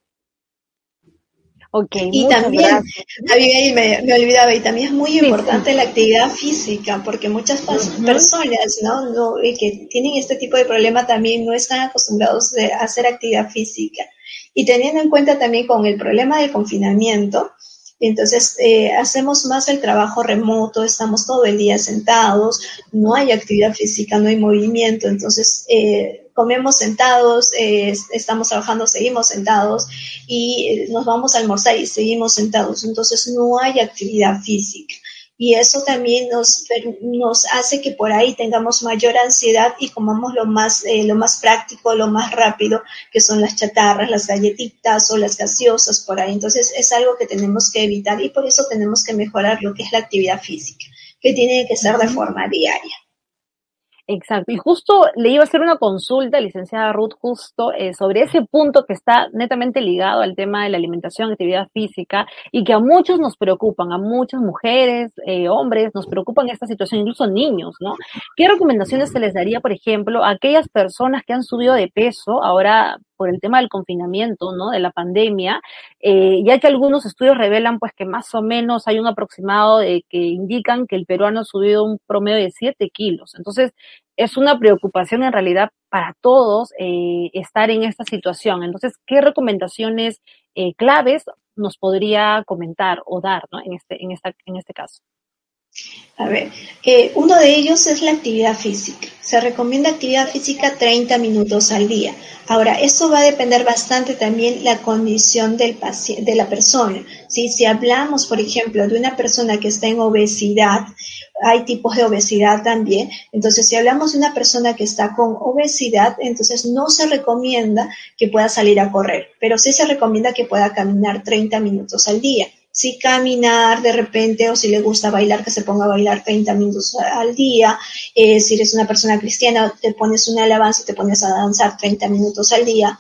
Ok, Y muchas también, gracias. Abigail, me, me olvidaba, y también es muy Sí, importante sí. la actividad física, porque muchas Ujú. personas, ¿no? No, eh, que tienen este tipo de problema también no están acostumbrados a hacer actividad física. Y teniendo en cuenta también con el problema del confinamiento, entonces eh, hacemos más el trabajo remoto, estamos todo el día sentados, no hay actividad física, no hay movimiento, entonces eh, comemos sentados, eh, estamos trabajando, seguimos sentados y nos vamos a almorzar y seguimos sentados, entonces no hay actividad física. Y eso también nos, nos hace que por ahí tengamos mayor ansiedad y comamos lo más, eh, lo más práctico, lo más rápido, que son las chatarras, las galletitas o las gaseosas por ahí. Entonces es algo que tenemos que evitar y por eso tenemos que mejorar lo que es la actividad física, que tiene que ser de Ujú. forma diaria. Exacto. Y justo le iba a hacer una consulta, licenciada Ruth, justo eh, sobre ese punto que está netamente ligado al tema de la alimentación, actividad física, y que a muchos nos preocupan, a muchas mujeres, eh, hombres, nos preocupan esta situación, incluso niños, ¿no? ¿Qué recomendaciones se les daría, por ejemplo, a aquellas personas que han subido de peso ahora por el tema del confinamiento, ¿no? De la pandemia, eh, ya que algunos estudios revelan, pues, que más o menos hay un aproximado de que indican que el peruano ha subido un promedio de siete kilos. Entonces, es una preocupación en realidad para todos eh, estar en esta situación. Entonces, ¿qué recomendaciones eh, claves nos podría comentar o dar, ¿no? en, este, en, esta, en este caso? A ver, eh, uno de ellos es la actividad física. Se recomienda actividad física treinta minutos al día. Ahora, eso va a depender bastante también la condición del paciente, de la persona. ¿Sí? Si hablamos, por ejemplo, de una persona que está en obesidad, hay tipos de obesidad también. Entonces, si hablamos de una persona que está con obesidad, entonces no se recomienda que pueda salir a correr, pero sí se recomienda que pueda caminar treinta minutos al día. Si caminar de repente o si le gusta bailar, que se ponga a bailar treinta minutos al día. Eh, si eres una persona cristiana, te pones una alabanza y te pones a danzar treinta minutos al día,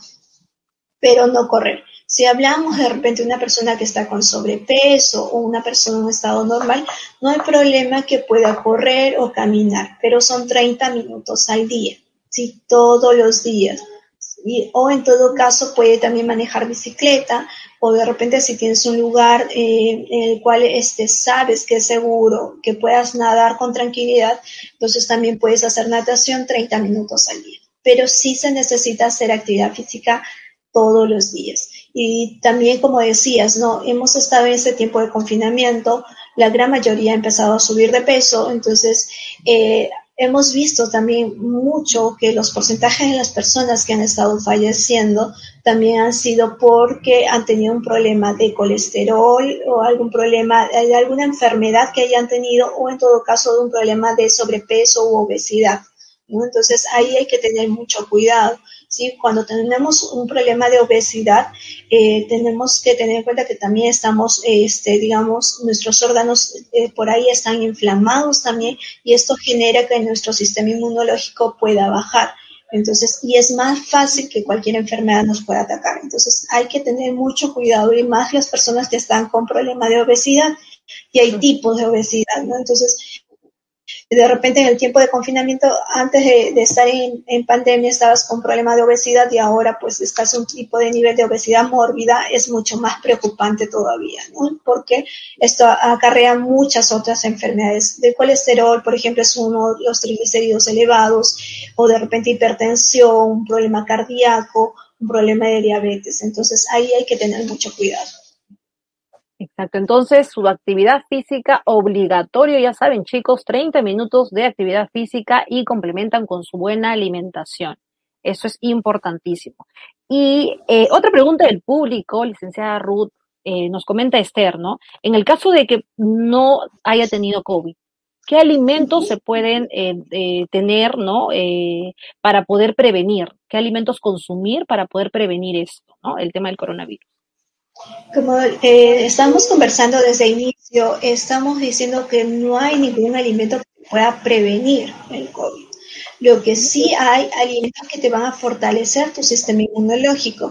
pero no correr. Si hablamos de repente de una persona que está con sobrepeso o una persona en un estado normal, no hay problema que pueda correr o caminar, pero son treinta minutos al día, ¿sí? Todos los días. Y, o en todo caso puede también manejar bicicleta o de repente si tienes un lugar eh, en el cual este, sabes que es seguro, que puedas nadar con tranquilidad, entonces también puedes hacer natación treinta minutos al día. Pero sí se necesita hacer actividad física todos los días. Y también, como decías, ¿no? Hemos estado en este tiempo de confinamiento, la gran mayoría ha empezado a subir de peso, entonces eh, hemos visto también mucho que los porcentajes de las personas que han estado falleciendo también han sido porque han tenido un problema de colesterol o algún problema de alguna enfermedad que hayan tenido o en todo caso de un problema de sobrepeso u obesidad, ¿no? Entonces ahí hay que tener mucho cuidado. ¿Sí? Cuando tenemos un problema de obesidad, eh, tenemos que tener en cuenta que también estamos, este, digamos, nuestros órganos eh, por ahí están inflamados también y esto genera que nuestro sistema inmunológico pueda bajar. Entonces, y es más fácil que cualquier enfermedad nos pueda atacar. Entonces, hay que tener mucho cuidado y más las personas que están con problemas de obesidad y hay tipos de obesidad, ¿no? Entonces, de repente en el tiempo de confinamiento, antes de, de estar en, en pandemia, estabas con problemas de obesidad y ahora pues estás en un tipo de nivel de obesidad mórbida, es mucho más preocupante todavía, ¿no? Porque esto acarrea muchas otras enfermedades. De colesterol, por ejemplo, es uno, los triglicéridos elevados, o de repente hipertensión, un problema cardíaco, un problema de diabetes. Entonces ahí hay que tener mucho cuidado. Exacto, entonces su actividad física obligatorio, ya saben chicos, treinta minutos de actividad física y complementan con su buena alimentación. Eso es importantísimo. Y eh, otra pregunta del público, licenciada Ruth, eh, nos comenta Esther, ¿no? En el caso de que no haya tenido COVID, ¿qué alimentos se pueden eh, eh, tener, ¿no? Eh, para poder prevenir, ¿qué alimentos consumir para poder prevenir esto, ¿no? El tema del coronavirus. Como eh, estamos conversando desde el inicio, estamos diciendo que no hay ningún alimento que pueda prevenir el COVID. Lo que sí hay alimentos que te van a fortalecer tu sistema inmunológico.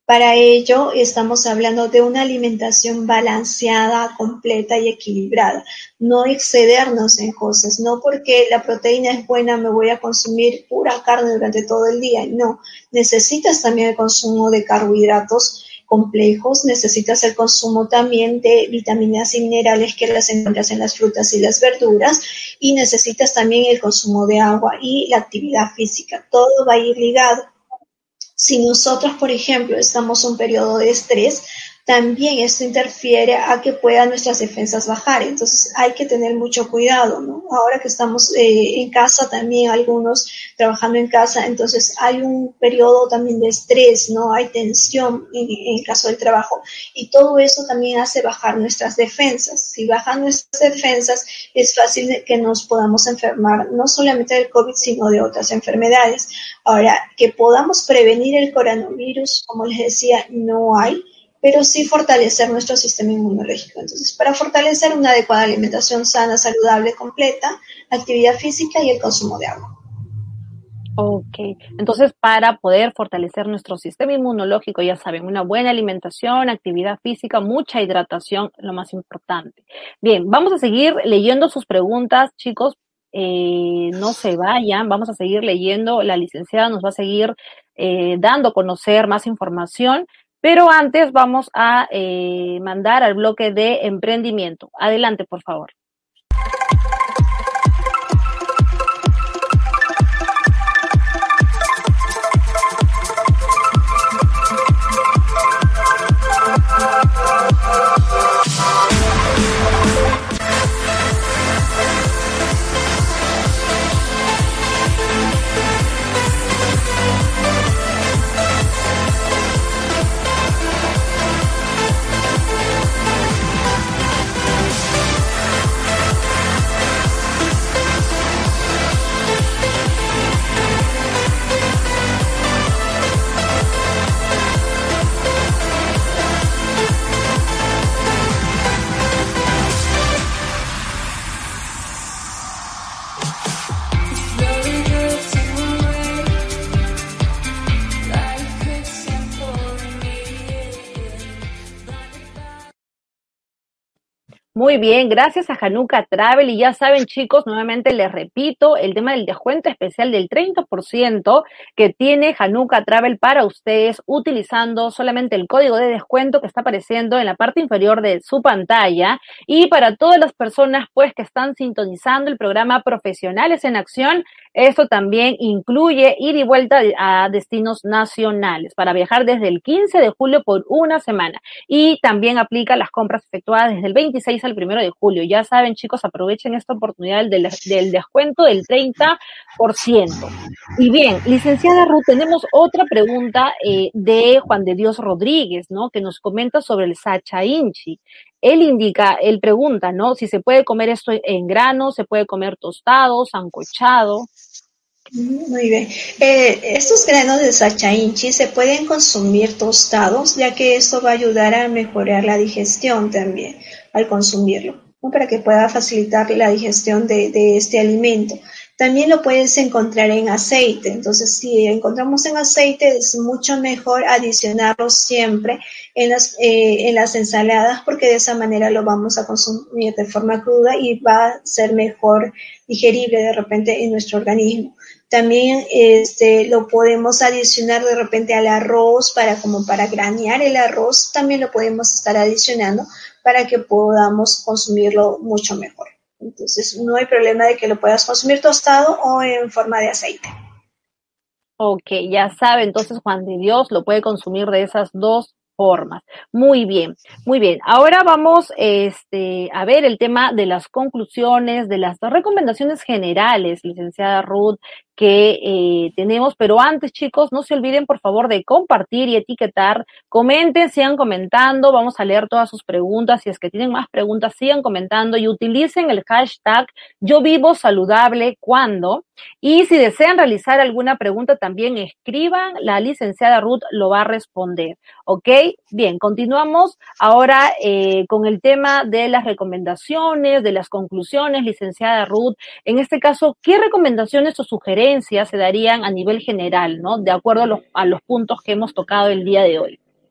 Para ello, estamos hablando de una alimentación balanceada, completa y equilibrada. No excedernos en cosas, no porque la proteína es buena me voy a consumir pura carne durante todo el día. No, necesitas también el consumo de carbohidratos complejos, necesitas el consumo también de vitaminas y minerales que las encuentras en las frutas y las verduras, y necesitas también el consumo de agua y la actividad física. Todo va a ir ligado. Si nosotros, por ejemplo, estamos en un periodo de estrés, también esto interfiere a que puedan nuestras defensas bajar. Entonces hay que tener mucho cuidado, ¿no? Ahora que estamos eh, en casa también, algunos trabajando en casa, entonces hay un periodo también de estrés, ¿no? Hay tensión en, en el caso del trabajo, y todo eso también hace bajar nuestras defensas. Si bajan nuestras defensas, es fácil que nos podamos enfermar, no solamente del COVID, sino de otras enfermedades. Ahora, que podamos prevenir el coronavirus, como les decía, no hay, pero sí fortalecer nuestro sistema inmunológico. Entonces, para fortalecer una adecuada alimentación sana, saludable, completa, actividad física y el consumo de agua. Ok, entonces para poder fortalecer nuestro sistema inmunológico, ya saben, una buena alimentación, actividad física, mucha hidratación, lo más importante. Bien, vamos a seguir leyendo sus preguntas, chicos, eh, no se vayan, vamos a seguir leyendo, la licenciada nos va a seguir eh, dando a conocer más información, pero antes vamos a eh, mandar al bloque de emprendimiento. Adelante, por favor. Muy bien, gracias a Hanukkah Travel. Y ya saben, chicos, nuevamente les repito, el tema del descuento especial del treinta por ciento que tiene Hanukkah Travel para ustedes, utilizando solamente el código de descuento que está apareciendo en la parte inferior de su pantalla. Y para todas las personas, pues, que están sintonizando el programa Profesionales en Acción, esto también incluye ir y vuelta a destinos nacionales para viajar desde el quince de julio por una semana. Y también aplica las compras efectuadas desde el veintiséis al primero de julio. Ya saben, chicos, aprovechen esta oportunidad del, del descuento del treinta por ciento. Y bien, licenciada Ruth, tenemos otra pregunta eh, de Juan de Dios Rodríguez, ¿no? Que nos comenta sobre el sacha inchi. Él indica, él pregunta, ¿no? Si se puede comer esto en grano, se puede comer tostado, sancochado. Muy bien. Eh, estos granos de sacha inchi se pueden consumir tostados, ya que esto va a ayudar a mejorar la digestión también al consumirlo, ¿no? Para que pueda facilitar la digestión de, de este alimento. También lo puedes encontrar en aceite, entonces si encontramos en aceite es mucho mejor adicionarlo siempre en las, eh, en las ensaladas, porque de esa manera lo vamos a consumir de forma cruda y va a ser mejor digerible de repente en nuestro organismo. También este, lo podemos adicionar de repente al arroz, para como para granear el arroz, también lo podemos estar adicionando para que podamos consumirlo mucho mejor. Entonces, no hay problema de que lo puedas consumir tostado o en forma de aceite. Ok, ya sabe, entonces Juan de Dios lo puede consumir de esas dos formas. Muy bien, muy bien. Ahora vamos este, a ver el tema de las conclusiones, de las recomendaciones generales, licenciada Ruth, que eh, tenemos, pero antes, chicos, no se olviden, por favor, de compartir y etiquetar. Comenten, sigan comentando, vamos a leer todas sus preguntas. Si es que tienen más preguntas, sigan comentando y utilicen el hashtag Yo Vivo Saludable Cuando. Y si desean realizar alguna pregunta, también escriban, la licenciada Ruth lo va a responder. ¿Ok? Bien, continuamos ahora eh, con el tema de las recomendaciones, de las conclusiones, licenciada Ruth. En este caso, ¿qué recomendaciones o sugerencias se darían a nivel general, ¿no? De acuerdo a los, a los puntos que hemos tocado el día de hoy.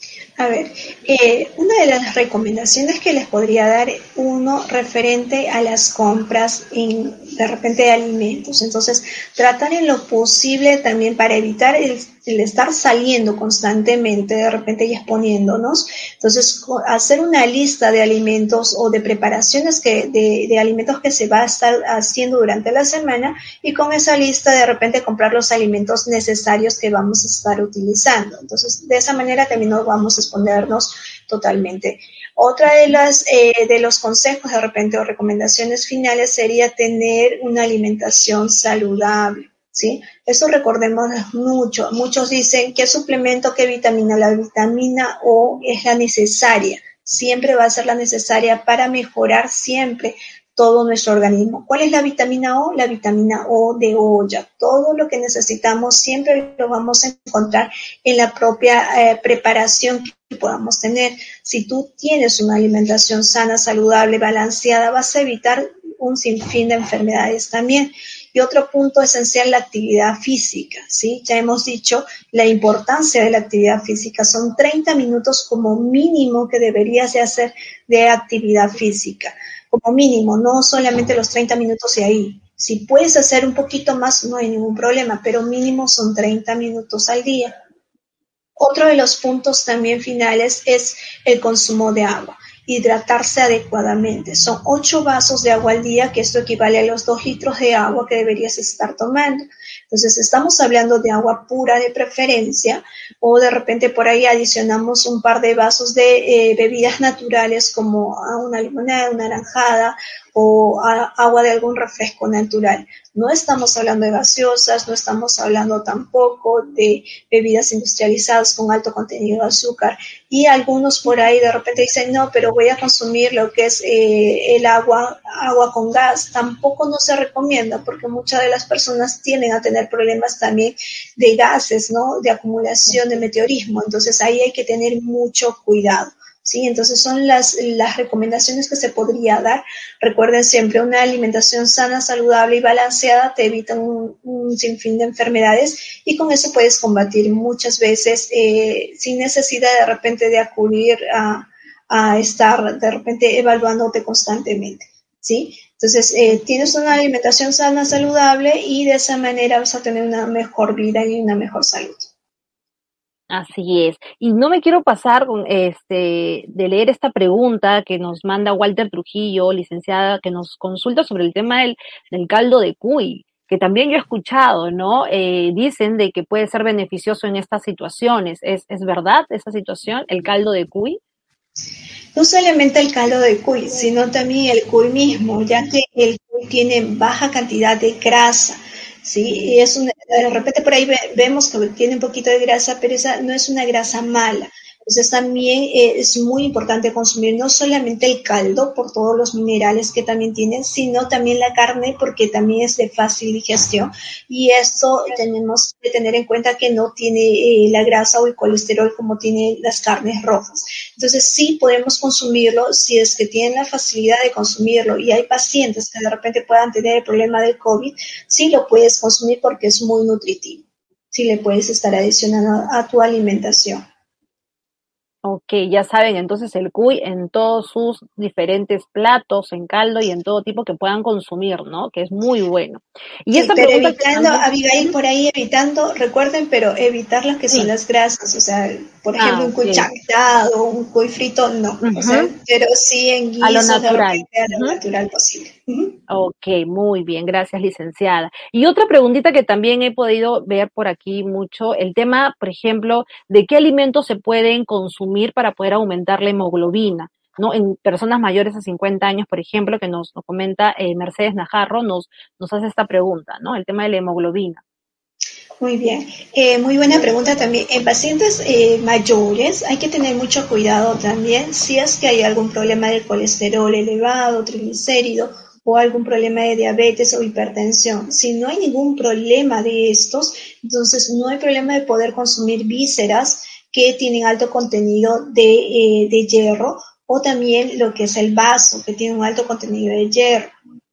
A ver, eh, una de las recomendaciones que les podría dar, uno referente a las compras en, de repente de alimentos. Entonces, tratar en lo posible también para evitar el, el estar saliendo constantemente, de repente y exponiéndonos. Entonces, hacer una lista de alimentos o de preparaciones que, de, de alimentos que se va a estar haciendo durante la semana, y con esa lista de repente comprar los alimentos necesarios que vamos a estar utilizando. Entonces, de esa manera también nos vamos a exponernos totalmente. Otra de las eh, de los consejos de repente o recomendaciones finales sería tener una alimentación saludable, ¿sí? Eso recordemos mucho. Muchos dicen, ¿qué suplemento, qué vitamina? La vitamina O es la necesaria. Siempre va a ser la necesaria para mejorar siempre todo nuestro organismo. ¿Cuál es la vitamina O? La vitamina O de olla. Todo lo que necesitamos siempre lo vamos a encontrar en la propia eh, preparación que podamos tener. Si tú tienes una alimentación sana, saludable, balanceada, vas a evitar un sinfín de enfermedades también. Y otro punto esencial, la actividad física, ¿sí? Ya hemos dicho la importancia de la actividad física. Son treinta minutos como mínimo que deberías de hacer de actividad física. Como mínimo, no solamente los treinta minutos y ahí. Si puedes hacer un poquito más, no hay ningún problema, pero mínimo son treinta minutos al día. Otro de los puntos también finales es el consumo de agua. Hidratarse adecuadamente. Son ocho vasos de agua al día, que esto equivale a los dos litros de agua que deberías estar tomando. Entonces, estamos hablando de agua pura de preferencia, o de repente por ahí adicionamos un par de vasos de eh, bebidas naturales como una limonada, una naranjada, o a, agua de algún refresco natural. No estamos hablando de gaseosas, no estamos hablando tampoco de bebidas industrializadas con alto contenido de azúcar. Y algunos por ahí de repente dicen, no, pero voy a consumir lo que es eh, el agua, agua con gas. Tampoco no se recomienda, porque muchas de las personas tienden a tener problemas también de gases, ¿no? De acumulación de meteorismo. Entonces ahí hay que tener mucho cuidado. Sí, entonces son las, las recomendaciones que se podría dar. Recuerden siempre, una alimentación sana, saludable y balanceada te evita un, un sinfín de enfermedades, y con eso puedes combatir muchas veces eh, sin necesidad de repente de acudir a, a estar de repente evaluándote constantemente, ¿sí? Entonces eh, tienes una alimentación sana, saludable, y de esa manera vas a tener una mejor vida y una mejor salud. Así es. Y no me quiero pasar con este de leer esta pregunta que nos manda Walter Trujillo, licenciada, que nos consulta sobre el tema del, del caldo de cuy, que también yo he escuchado, ¿no? Eh, dicen de que puede ser beneficioso en estas situaciones. ¿Es, es verdad esa situación, el caldo de cuy? No solamente el caldo de cuy, sino también el cuy mismo, ya que el cuy tiene baja cantidad de grasa. Sí, y es una, de repente por ahí ve, vemos que tiene un poquito de grasa, pero esa no es una grasa mala. Entonces también eh, es muy importante consumir no solamente el caldo por todos los minerales que también tiene, sino también la carne, porque también es de fácil digestión, y esto tenemos que tener en cuenta que no tiene eh, la grasa o el colesterol como tiene las carnes rojas. Entonces sí podemos consumirlo si es que tienen la facilidad de consumirlo, y hay pacientes que de repente puedan tener el problema del COVID, sí lo puedes consumir porque es muy nutritivo, sí le puedes estar adicionando a tu alimentación. Ok, ya saben, entonces el cuy en todos sus diferentes platos, en caldo y en todo tipo que puedan consumir, ¿no? Que es muy bueno. Y Sí, esta pero pregunta evitando, también, Abigail, por ahí evitando, recuerden, pero evitar las que son sí. las grasas, o sea, por ejemplo, Ah, un cuy ok. chancado, un cuy frito, no, o sea, Ujú. pero sí en A lo guisos de natural. repente a lo Ujú. natural posible. Ujú. Ok, muy bien, gracias, licenciada. Y otra preguntita que también he podido ver por aquí mucho, el tema, por ejemplo, de qué alimentos se pueden consumir para poder aumentar la hemoglobina, ¿no? En personas mayores a cincuenta años, por ejemplo, que nos, nos comenta eh, Mercedes Najarro, nos, nos hace esta pregunta, ¿no? El tema de la hemoglobina. Muy bien, eh, muy buena pregunta también. En pacientes eh, mayores hay que tener mucho cuidado también si es que hay algún problema de colesterol elevado, triglicérido, o algún problema de diabetes o hipertensión. Si no hay ningún problema de estos, entonces no hay problema de poder consumir vísceras que tienen alto contenido de, eh, de hierro, o también lo que es el vaso, que tiene un alto contenido de hierro.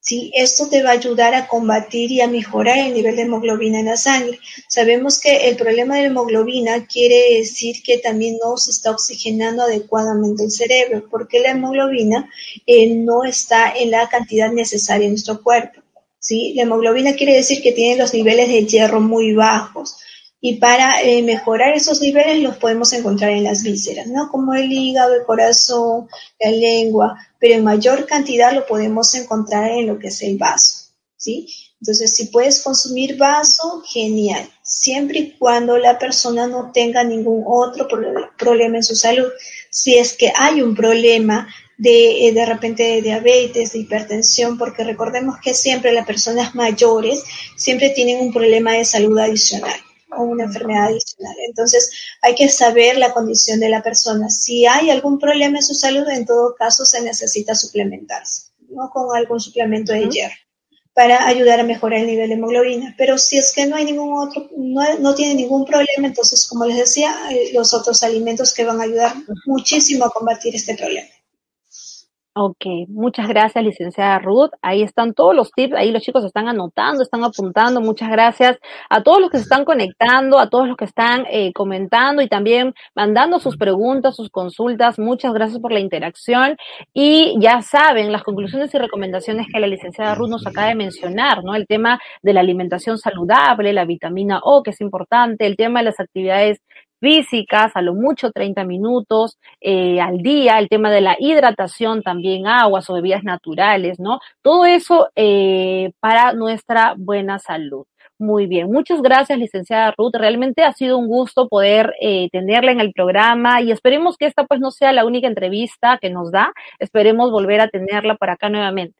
¿sí? Esto te va a ayudar a combatir y a mejorar el nivel de hemoglobina en la sangre. Sabemos que el problema de la hemoglobina quiere decir que también no se está oxigenando adecuadamente el cerebro, porque la hemoglobina eh, no está en la cantidad necesaria en nuestro cuerpo, ¿sí? La hemoglobina quiere decir que tiene los niveles de hierro muy bajos. Y para eh, mejorar esos niveles los podemos encontrar en las vísceras, ¿no? Como el hígado, el corazón, la lengua, pero en mayor cantidad lo podemos encontrar en lo que es el vaso, ¿sí? Entonces, si puedes consumir vaso, genial, siempre y cuando la persona no tenga ningún otro pro- problema en su salud. Si es que hay un problema de, de repente de diabetes, de hipertensión, porque recordemos que siempre las personas mayores siempre tienen un problema de salud adicional o una enfermedad adicional. Entonces, hay que saber la condición de la persona. Si hay algún problema en su salud, en todo caso se necesita suplementarse, ¿no? Con algún suplemento de Ujú. hierro para ayudar a mejorar el nivel de hemoglobina. Pero si es que no hay ningún otro, no, no tiene ningún problema, entonces, como les decía, eh, los otros alimentos que van a ayudar muchísimo a combatir este problema. Ok, muchas gracias, licenciada Ruth. Ahí están todos los tips, ahí los chicos están anotando, están apuntando. Muchas gracias a todos los que se están conectando, a todos los que están eh, comentando y también mandando sus preguntas, sus consultas. Muchas gracias por la interacción. Y ya saben, las conclusiones y recomendaciones que la licenciada Ruth nos acaba de mencionar, ¿no? El tema de la alimentación saludable, la vitamina O, que es importante, el tema de las actividades físicas, a lo mucho treinta minutos eh, al día, el tema de la hidratación también, aguas o bebidas naturales, ¿no? Todo eso eh, para nuestra buena salud. Muy bien, muchas gracias, licenciada Ruth. Realmente ha sido un gusto poder eh, tenerla en el programa y esperemos que esta pues no sea la única entrevista que nos da. Esperemos volver a tenerla por acá nuevamente.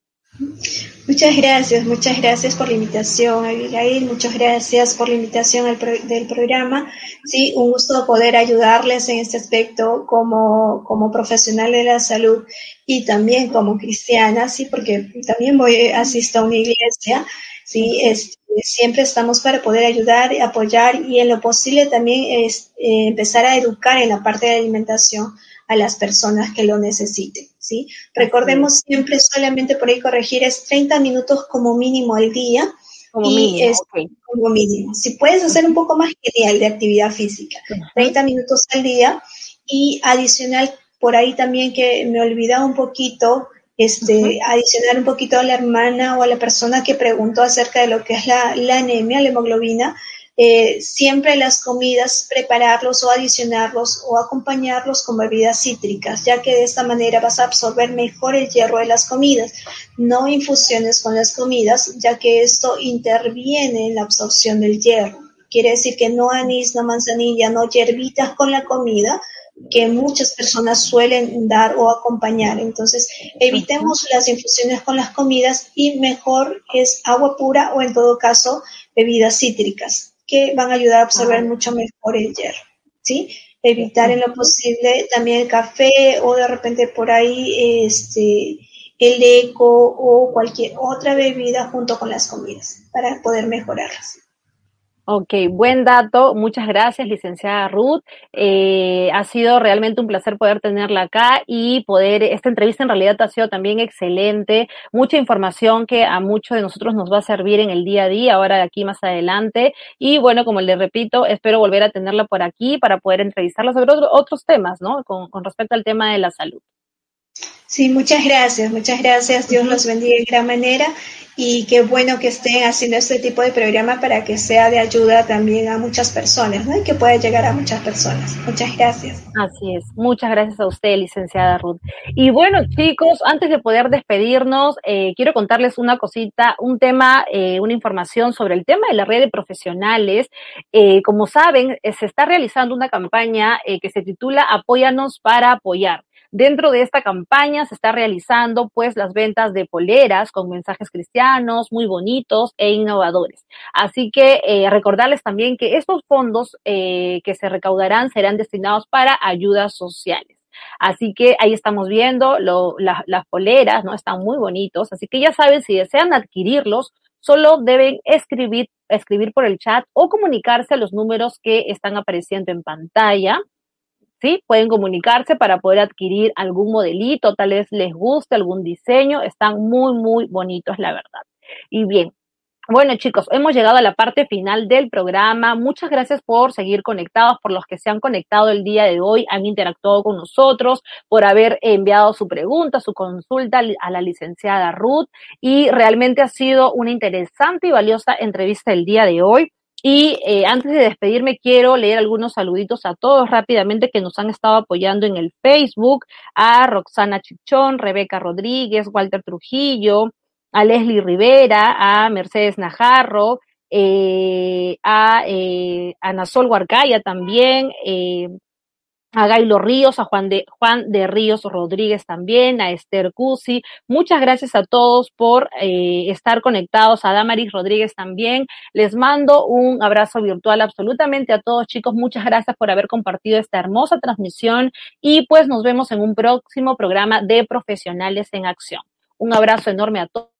Muchas gracias, muchas gracias por la invitación, Abigail, muchas gracias por la invitación al pro del programa. Sí, un gusto poder ayudarles en este aspecto como, como profesional de la salud y también como cristiana, sí, porque también voy, asisto a una iglesia, sí, es, siempre estamos para poder ayudar, apoyar y en lo posible también es, eh, empezar a educar en la parte de alimentación a las personas que lo necesiten, ¿sí? Recordemos siempre solamente por ahí corregir es treinta minutos como mínimo al día Como y mínimo, es ok. como mínimo. Si puedes hacer un poco más, genial, de actividad física, Uh-huh. treinta minutos al día y adicional por ahí también que me olvidaba un poquito, este, Uh-huh. adicionar un poquito a la hermana o a la persona que preguntó acerca de lo que es la, la anemia, la hemoglobina. Eh, siempre las comidas prepararlos o adicionarlos o acompañarlos con bebidas cítricas, ya que de esta manera vas a absorber mejor el hierro de las comidas, no infusiones con las comidas, ya que esto interviene en la absorción del hierro. Quiere decir que no anís, no manzanilla, no hierbitas con la comida, que muchas personas suelen dar o acompañar. Entonces, Uh-huh. evitemos las infusiones con las comidas y mejor es agua pura o en todo caso bebidas cítricas que van a ayudar a absorber Ah, mucho mejor el hierro, ¿sí? Evitar en lo uh-huh. posible también el café o de repente por ahí este, el eco o cualquier otra bebida junto con las comidas para poder mejorarlas. Ok, buen dato. Muchas gracias, licenciada Ruth. Eh, ha sido realmente un placer poder tenerla acá y poder, esta entrevista en realidad ha sido también excelente. Mucha información que a muchos de nosotros nos va a servir en el día a día, ahora de aquí más adelante. Y bueno, como le repito, espero volver a tenerla por aquí para poder entrevistarla sobre otro, otros temas, ¿no? Con, con respecto al tema de la salud. Sí, muchas gracias, muchas gracias. Dios Uh-huh. los bendiga de gran manera y qué bueno que estén haciendo este tipo de programa para que sea de ayuda también a muchas personas, ¿no? Y que pueda llegar a muchas personas. Muchas gracias. Así es. Muchas gracias a usted, licenciada Ruth. Y bueno, chicos, antes de poder despedirnos, eh, quiero contarles una cosita, un tema, eh, una información sobre el tema de la red de profesionales. Eh, como saben, eh, se está realizando una campaña eh, que se titula Apóyanos para apoyar. Dentro de esta campaña se está realizando pues las ventas de poleras con mensajes cristianos muy bonitos e innovadores. Así que eh, recordarles también que estos fondos eh, que se recaudarán serán destinados para ayudas sociales. Así que ahí estamos viendo lo, la, las poleras, ¿no? Están muy bonitos. Así que ya saben, si desean adquirirlos, solo deben escribir, escribir por el chat o comunicarse a los números que están apareciendo en pantalla. ¿sí? Pueden comunicarse para poder adquirir algún modelito, tal vez les guste algún diseño, están muy, muy bonitos, la verdad. Y bien, bueno, chicos, hemos llegado a la parte final del programa. Muchas gracias por seguir conectados, por los que se han conectado el día de hoy, han interactuado con nosotros, por haber enviado su pregunta, su consulta a la licenciada Ruth, y realmente ha sido una interesante y valiosa entrevista el día de hoy. Y eh, antes de despedirme, quiero leer algunos saluditos a todos rápidamente que nos han estado apoyando en el Facebook, a Roxana Chichón, Rebeca Rodríguez, Walter Trujillo, a Leslie Rivera, a Mercedes Najarro, eh, a eh, Ana Sol Huarcaya también, eh, a Gailo Ríos, a Juan de, Juan de Ríos Rodríguez también, a Esther Cusi. Muchas gracias a todos por eh, estar conectados, a Damaris Rodríguez también. Les mando un abrazo virtual absolutamente a todos, chicos. Muchas gracias por haber compartido esta hermosa transmisión y pues nos vemos en un próximo programa de Profesionales en Acción. Un abrazo enorme a todos.